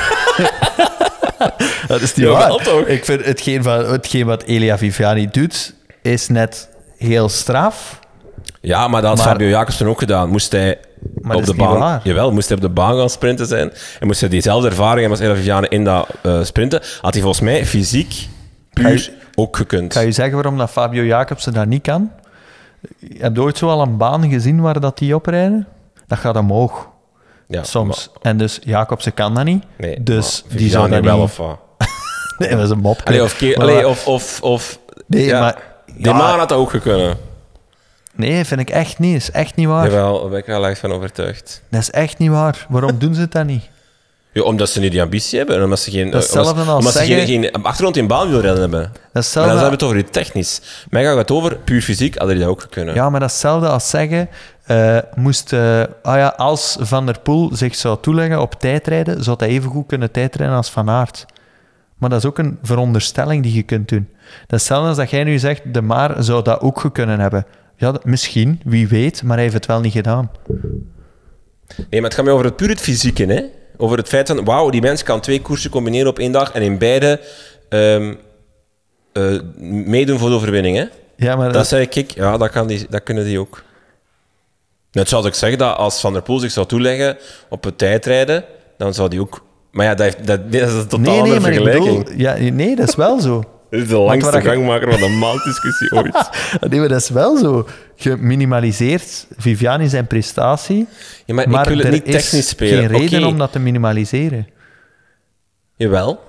dat is niet Ja, waar. wel toch? Ik vind hetgeen, van, hetgeen wat Elia Viviani doet, is net heel straf. Ja, maar dat had Maar- Fabio Jacobsen ook gedaan. Moest hij Maar op dat de is niet baan... waar. Jawel, moest hij op de baan gaan sprinten zijn en moest hij diezelfde ervaring hebben als Elia Viviani in dat eh, sprinten, had hij volgens mij fysiek Ga puur je- ook gekund. Ga je zeggen waarom dat Fabio Jacobsen dat niet kan? Heb je ooit zo al een baan gezien waar dat die oprijden? Dat gaat omhoog, Ja, soms. maar- En dus Jacobsen kan dat niet. nee, dus maar die zou Viviani dat wel niet... of wat? Nee, dat is een mop. Allee, of, ke- Maar- allee, of, of, of... Nee, ja, maar... Die ja, man had dat ook gekund. Nee, vind ik echt niet. Dat is echt niet waar. Jawel, daar ben ik wel echt van overtuigd. Dat is echt niet waar. Waarom doen ze het dan niet? Ja, omdat ze niet die ambitie hebben. En omdat ze geen, Dat is omdat, hetzelfde als omdat ze zeggen- geen, geen achtergrond in baanwielrennen hebben. Dat is Maar hetzelfde... dan hebben we het over iets technisch. Mij gaat het over puur fysiek, hadden die dat ook kunnen. Ja, maar dat is hetzelfde als zeggen... eh, moest, eh, ah ja, als Van der Poel zich zou toeleggen op tijdrijden, zou hij even goed kunnen tijdrijden als Van Aert. Maar dat is ook een veronderstelling die je kunt doen. Dat is hetzelfde als dat jij nu zegt, de Maar zou dat ook goed kunnen hebben. Ja, dat- misschien, wie weet, maar hij heeft het wel niet gedaan. Nee, maar het gaat mij over het puur het fysieke, hè. Over het feit van, wauw, die mens kan twee koersen combineren op één dag en in beide ehm, eh, meedoen voor de overwinning, hè. Ja, maar Dat zei ik, ja, dat, kan die, dat kunnen die ook. Net zoals ik zeg dat als Van der Poel zich zou toeleggen op het tijdrijden, dan zou die ook... Maar ja, dat, heeft, dat, dat is een totaal nee, nee, andere maar ik vergelijking. bedoel... Ja, nee, dat is wel zo. Dit is de waar langste ik- gangmaker van de maanddiscussie ooit. Nee, maar dat is wel zo. Je minimaliseert Viviani zijn prestatie, Ja, maar, maar ik wil het er niet is technisch spelen. geen reden Oké, om dat te minimaliseren. Jawel.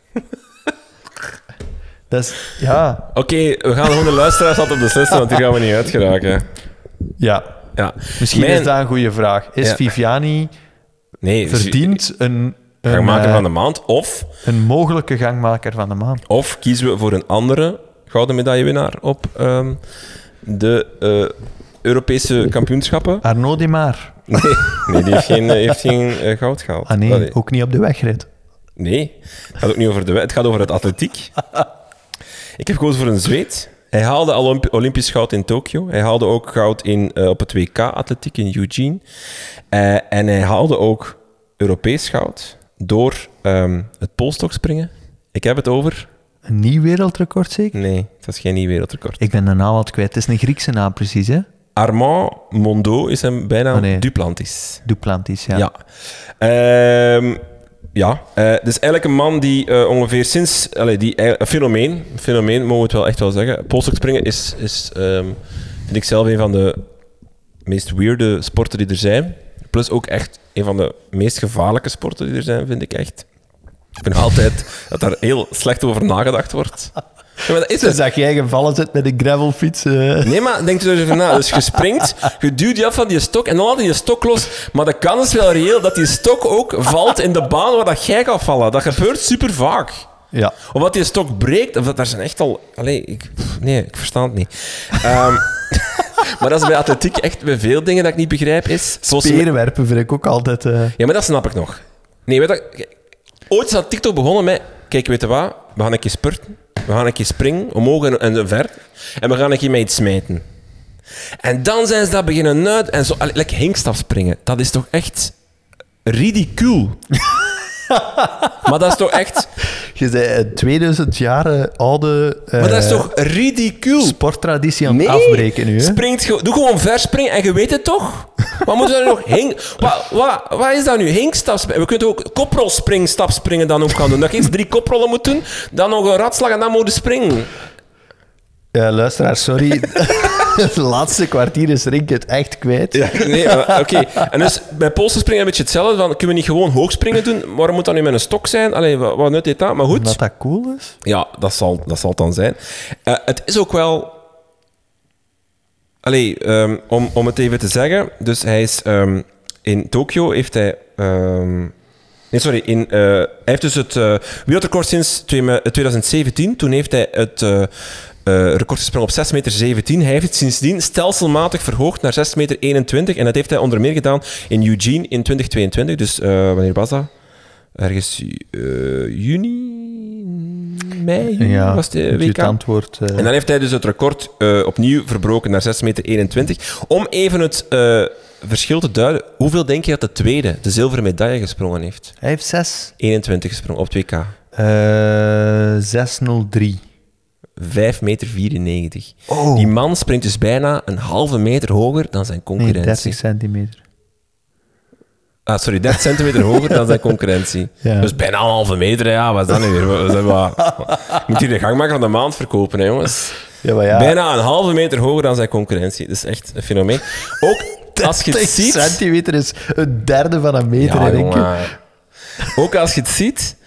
Dat is... Ja... Oké, we gaan gewoon de luisteraars altijd beslissen, want die gaan we niet uitgeraken. Ja. Ja. Misschien Mijn- is dat een goede vraag. Is Ja. Viviani Nee, verdient een... een gangmaker uh, van de maand. Of... Een mogelijke gangmaker van de maand. Of kiezen we voor een andere gouden medaillewinnaar op um, de uh, Europese kampioenschappen. Arnaud Demar. Nee, nee die heeft geen, heeft geen uh, goud gehaald. Ah nee, Allee. ook niet op de wegrit. Nee, het gaat ook niet over de het gaat over het atletiek. Ik heb gekozen voor een Zweed. Hij haalde al Olymp- Olympisch goud in Tokio. Hij haalde ook goud in, uh, op het W K-atletiek in Eugene. Uh, en hij haalde ook Europees goud door um, het poolstokspringen. Ik heb het over... Een nieuw wereldrecord zeker? Nee, het was geen nieuw wereldrecord. Ik ben de naam wat kwijt. Het is een Griekse naam precies, hè? Armand Mondo is hem bijnaam. Oh, nee. Duplantis. Duplantis, ja. Ja. Um, ja, uh, dus eigenlijk een man die uh, ongeveer sinds... Allee, die, uh, een fenomeen, een fenomeen, mogen we het wel echt wel zeggen. Poolstokspringen is, is um, vind ik zelf een van de meest weirde sporten die er zijn. Plus ook echt een van de meest gevaarlijke sporten die er zijn, vind ik echt. Ik vind altijd dat daar heel slecht over nagedacht wordt. Ja, maar dat is dus dat jij gevallen zit met een gravelfiets. Uh... Nee, maar denk er eens over na. Dus je springt, je duwt je af van die stok en dan laat je je stok los. Maar de kans is wel reëel dat die stok ook valt in de baan waar dat jij gaat vallen. Dat gebeurt super vaak. Ja. Of dat die stok breekt. Of dat daar zijn echt al... Allee, ik... Nee, ik versta het niet. Um, maar dat is bij atletiek echt bij veel dingen dat ik niet begrijp is... Sperenwerpen vind ik ook altijd... Uh... Ja, maar dat snap ik nog. Nee, weet je... Ooit is dat TikTok begonnen met... Kijk, weet je wat? We gaan een keer spurten. We gaan een keer springen, omhoog en, en ver. En we gaan een keer met iets smijten. En dan zijn ze dat beginnen uit... En zo... Lekker hinkstaf springen. Dat is toch echt... ridicuul. Maar dat is toch echt... Je zei tweeduizend jaar oude... Uh, maar dat is toch ridicuul? Sporttraditie aan nee, het afbreken nu, hè? Springt, doe gewoon verspringen en je weet het toch? Wat moeten we dan nog? Hink, wat, wat, wat is dat nu? Hinkstap? We kunnen ook koprolspringstap springen dan ook gaan doen. Dat je eerst drie koprollen moet doen, dan nog een ratslag en dan moet je springen. Ja, luisteraar, sorry. Het laatste kwartier is Rink het echt kwijt. Ja, nee, oké. Okay. En dus bij Poolse springen een beetje hetzelfde. Van, kunnen we niet gewoon hoog springen doen? Waarom moet dat nu met een stok zijn? Allee, wat, wat nut heeft dat? Maar goed. Omdat dat cool is? Ja, dat zal, dat zal het dan zijn. Uh, het is ook wel... Allee, um, om, om het even te zeggen. Dus hij is... Um, in Tokio heeft hij... Um, nee, sorry. In, uh, hij heeft dus het uh, wereldrecord sinds twintig zeventien. Toen heeft hij het... Uh, Uh, record gesprongen op zes meter zeventien. Hij heeft het sindsdien stelselmatig verhoogd naar zes meter eenentwintig. En dat heeft hij onder meer gedaan in Eugene in twintig tweeëntwintig. Dus uh, wanneer was dat? Ergens uh, juni, mei, juni ja, was het W K. Antwoord, uh... En dan heeft hij dus het record uh, opnieuw verbroken naar zes meter eenentwintig. Om even het uh, verschil te duiden, hoeveel denk je dat de tweede, de zilveren medaille, gesprongen heeft? Hij heeft zes. eenentwintig gesprongen op het W K. Uh, zes nul drie. vijf meter vierennegentig. Oh. Die man springt dus bijna een halve meter hoger dan zijn concurrentie. Nee, dertig centimeter. Ah, sorry, dertig centimeter hoger dan zijn concurrentie. Ja. Dus bijna een halve meter, ja, wat is dat nu weer? Wat, wat, wat? Moet hier de gangmaker van de maand verkopen, hè, jongens. Ja, maar ja. Bijna een halve meter hoger dan zijn concurrentie. Dat is echt een fenomeen. Ook als je het ziet... dertig centimeter is een derde van een meter, ja, denk ik. Ook als je het ziet...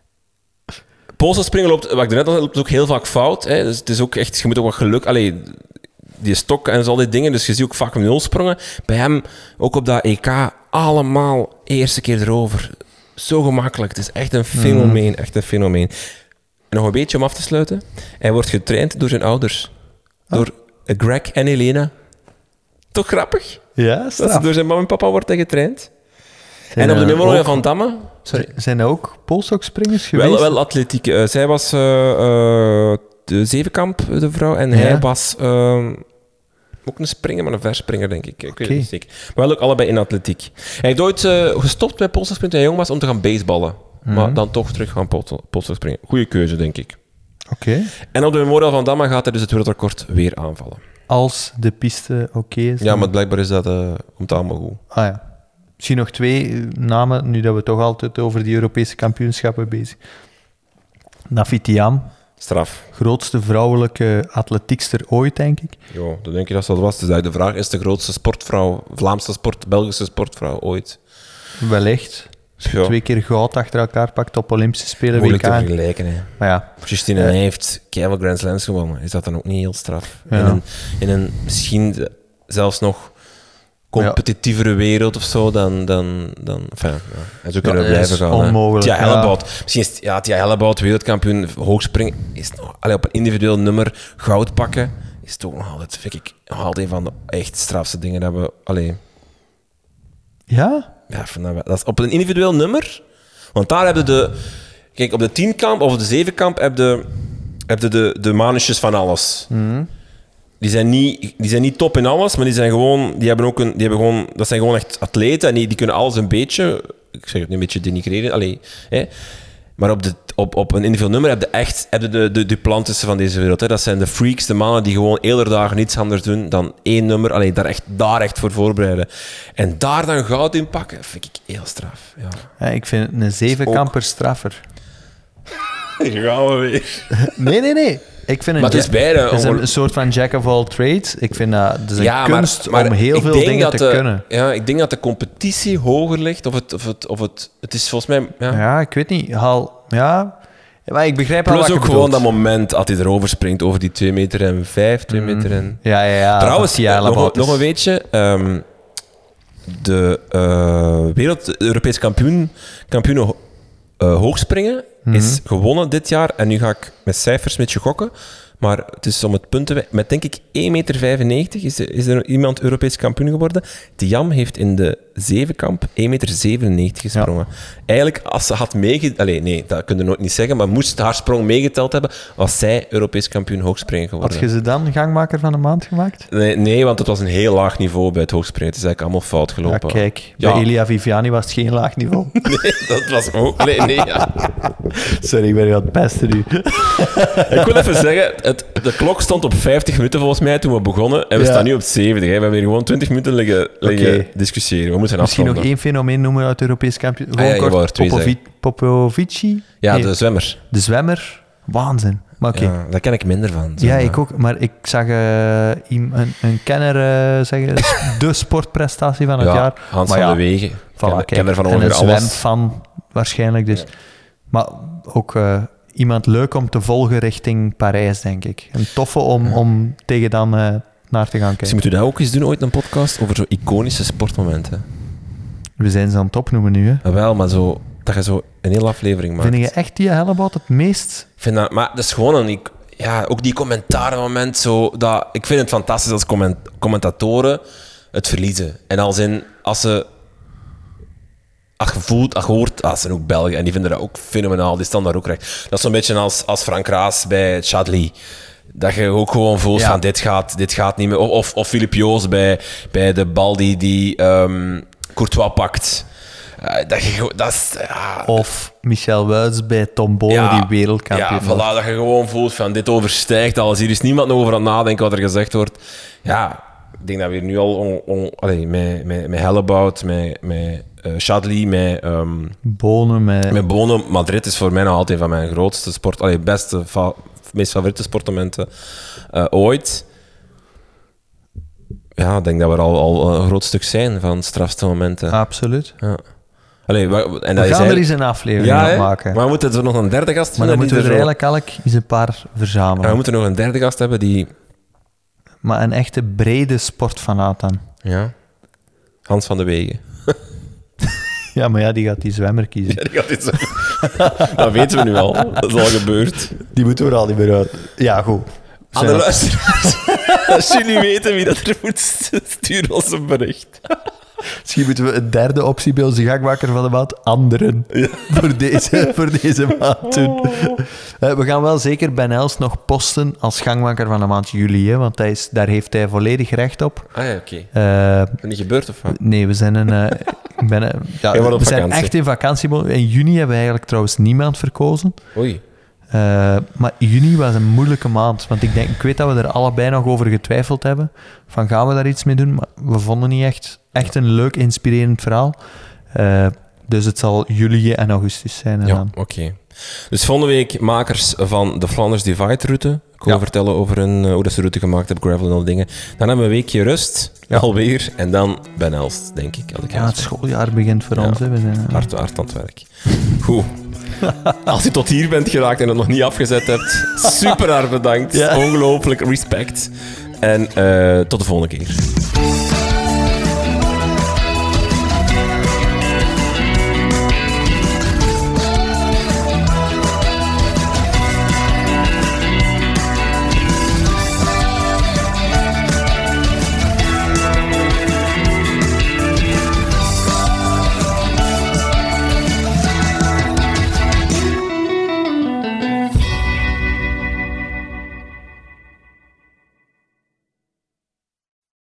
Poolse springen loopt, wat ik net al loopt ook heel vaak fout. Hè. Dus het is ook echt, je moet ook wat geluk... Allee, die stok en zo die dingen, dus je ziet ook vaak nulsprongen. Bij hem, ook op dat E K, allemaal eerste keer erover. Zo gemakkelijk. Het is echt een fenomeen, echt een fenomeen. En nog een beetje om af te sluiten. Hij wordt getraind door zijn ouders. Oh. Door Greg en Helena. Toch grappig? Ja, straf. Dat door zijn mama en papa wordt hij getraind. Zijn en op de Memorial van Damme... Sorry. Zijn er ook polstokspringers geweest? Wel, wel atletiek. Uh, zij was uh, uh, de Zevenkamp, de vrouw. En ja. hij was uh, ook een springer, maar een verspringer, denk ik. Ik okay. weet het niet zeker. Maar wel ook allebei in atletiek. Hij heeft ooit uh, gestopt met polstokspringen toen hij jong was om te gaan baseballen. Mm-hmm. Maar dan toch terug gaan polstokspringen. Goeie keuze, denk ik. Oké. Okay. En op de Memorial van Damme gaat hij dus het wereldrecord weer aanvallen. Als de piste oké okay is? Ja, maar blijkbaar is dat uh, komt allemaal goed. Ah ja. Misschien nog twee namen, nu dat we toch altijd over die Europese kampioenschappen bezig zijn. Nafitiam. Straf. Grootste vrouwelijke atletiekster ooit, denk ik. Ja, dat denk je dat dat was. Dus de vraag is de grootste sportvrouw, Vlaamse sport, Belgische sportvrouw ooit. Wellicht. Ja. Twee keer goud achter elkaar pakt op Olympische Spelen. Moeilijk W K. te vergelijken, hè. Maar ja. Justine uh, heeft keihard Grand Slams gewonnen. Is dat dan ook niet heel straf? Ja. In, een, in een misschien zelfs nog competitievere wereld of zo, dan... dan, dan enfin, ja. En zo kunnen Ja, we dat blijven is gaan. onmogelijk, Tja, ja. Hellebout. Misschien is ja, Tja Hellebout, wereldkampioen hoogspringen, is nog, allee, op een individueel nummer goud pakken, is toch nog altijd, vind ik, nog altijd een van de echt strafste dingen dat we... Allee, Ja? ja, van dat, we- dat is op een individueel nummer, want daar heb je de... Kijk, op de tienkamp of de zevenkamp heb je, heb je de, de manusjes van alles. Mhm. Die zijn, niet, die zijn niet top in alles, maar die zijn gewoon, die hebben ook een, die hebben gewoon, dat zijn gewoon echt atleten en die, die kunnen alles een beetje, ik zeg het nu een beetje denigreren, allee, hè. Maar op, de, op, op een individueel nummer heb je echt heb je de, de, de plantussen van deze wereld. Hè. Dat zijn de freaks, de mannen die gewoon hele dagen niets anders doen dan één nummer, allee, daar, echt, daar echt voor voorbereiden. En daar dan goud in pakken, vind ik heel straf. Ja. Ja, ik vind een zevenkamper straffer. Hier gaan we weer. Nee, nee, nee. Ik vind een Maar het is ja- beide. Het is ongeluk- een soort van jack of all trades. Ik vind dat het is een Ja, maar- kunst maar om heel ik veel denk dingen dat te de- kunnen. Ja, ik denk dat de competitie hoger ligt. Of het, of het, of het, het is volgens mij... Ja. Ja, ik weet niet. Haal, ja. Ja, maar ik begrijp al Plus wat ook je gewoon dat bedoelt. moment als hij erover springt over die twee meter en vijf, twee meter en... Ja, ja, ja. Trouwens, van Tia eh, nog, Hellebout nog is- een weetje. ehm, de eh, wereld, de Europees kampioen, kampioen uh, hoogspringen is gewonnen dit jaar. En nu ga ik met cijfers met je gokken. Maar het is om het punt te... wij- Met denk ik één meter vijfennegentig is er, is er iemand Europees kampioen geworden. Tiam heeft in de zevenkamp één meter zevenennegentig gesprongen. Eigenlijk, als ze had meegeteld... Allee, nee, dat kun je nooit niet zeggen. Maar moest haar sprong meegeteld hebben, was zij Europees kampioen hoogspringen geworden. Had je ze dan gangmaker van de maand gemaakt? Nee, nee, want het was een heel laag niveau bij het hoogspringen. Het is eigenlijk allemaal fout Ja, gelopen. kijk. Ja. Bij Elia Viviani was het geen laag niveau. Nee, dat was ook... Nee, nee, ja. Sorry, ik ben weer aan het pesten nu. Ik wil even zeggen, het, de klok stond op vijftig minuten volgens mij toen we begonnen. En we Ja. staan nu op zeventig. Hè. We hebben hier gewoon twintig minuten liggen, liggen Oké. discussiëren. We moeten Misschien nog afronden. één fenomeen noemen uit het Europees kampioen. Ah ja, Gewoon je wou er kort. twee Popovi- Popovici? Ja, Nee, de zwemmer. de zwemmer. Waanzin. Maar oké. Ja, daar ken ik minder van. zo. Ja, ik ook. Maar ik zag eh, iem- een, een kenner eh, zeggen, de sportprestatie van het Ja, jaar. Hans Maar van ja, de Wegen. Voilà, ken, kijk. ken er van en ongeveer een alles. zwemfan waarschijnlijk. Dus. Maar ook eh, iemand leuk om te volgen richting Parijs, denk ik. Een toffe om, om tegen dan eh, naar te gaan Misschien kijken. moeten we dat ook eens doen, ooit een podcast over zo iconische sportmomenten. We zijn ze aan het opnoemen nu. Hè. Ah, wel, maar zo, dat je zo een hele aflevering maakt. Vind je echt die Hellebout het meest... Ik vind dat, maar dat is gewoon een... ic- Ja, ook die commentarenmoment, zo, dat, ik vind het fantastisch als comment, commentatoren het verliezen. En als in, als ze... Als je voelt, als je hoort, ah, ze zijn ook Belgen en die vinden dat ook fenomenaal, die staan daar ook recht. Dat is zo'n beetje als, als Frank Raas bij Chadli. Dat je ook gewoon voelt Ja. van, dit gaat, dit gaat niet meer. Of, of, of Philippe Joos bij, bij de bal die, die ehm, Courtois pakt. Eh, dat je gewoon- dat is... ja, Of Michel Wuits bij Tom Bonen, ja, die wereldkampioen Ja, was. voilà, dat je gewoon voelt van dit overstijgt alles. Hier is niemand nog over aan het nadenken wat er gezegd wordt. Ja, ik denk dat we hier nu al on, on, allee, met, met, met Hellebout, met, met uh, Chadli, met, um, Bonen met... met Bono. Madrid is voor mij nog altijd van mijn grootste sport, allee, beste, fa, meest favoriete sportmomenten uh, ooit. Ja, ik denk dat we er al, al een groot stuk zijn van strafste momenten. Absoluut. Ja. Allee, wa- en We dat gaan is er eigenlijk- eens een aflevering ja, van hè? maken. Maar we moeten er nog een derde gast Maar dan vinden moeten we die er zo- eigenlijk elk eens een paar verzamelen. Ja, we moeten nog een derde gast hebben die... Maar een echte brede sportfanaat dan. Ja. Hans van de Wegen. Ja, maar ja, die gaat die zwemmer kiezen. Ja, die gaat dit zo... Dat weten we nu al. Dat is al gebeurd. Die moeten we er al niet meer uit. Ja, goed. Aan de luisteraars. Als jullie weten wie dat er moet, stuur ons een bericht. Misschien moeten we een derde optie bij onze gangmaker van de maand, anderen, voor, deze, voor deze maand doen. Uh, we gaan wel zeker Ben Els nog posten als gangmaker van de maand juli, hè, want hij is, daar heeft hij volledig recht op. Ah ja, oké. Okay. Uh, Is dat niet gebeurd of wat? nee, we zijn, een, uh, ik ben, uh, ja, ja, we zijn echt in vakantie. In juni hebben we eigenlijk trouwens niemand verkozen. Oei. Uh, maar juni was een moeilijke maand, want ik, denk, ik weet dat we er allebei nog over getwijfeld hebben, van gaan we daar iets mee doen, maar we vonden niet echt, echt een leuk, inspirerend verhaal. Uh, dus het zal juli en augustus zijn. Ja, oké. Okay. Dus volgende week makers van de Flanders Divide-route. Ik wil ja. vertellen over een, uh, hoe dat ze route gemaakt hebben, gravel en al dingen. Dan hebben we een weekje rust, ja. alweer, en dan Ben Elst, denk ik. Ja, het schooljaar begint voor ja. ons. Hè. We zijn, uh... hard, hard aan het werk. Goed. Als je tot hier bent geraakt en het nog niet afgezet hebt, super hard bedankt. Ja. Ongelooflijk respect. En uh, tot de volgende keer.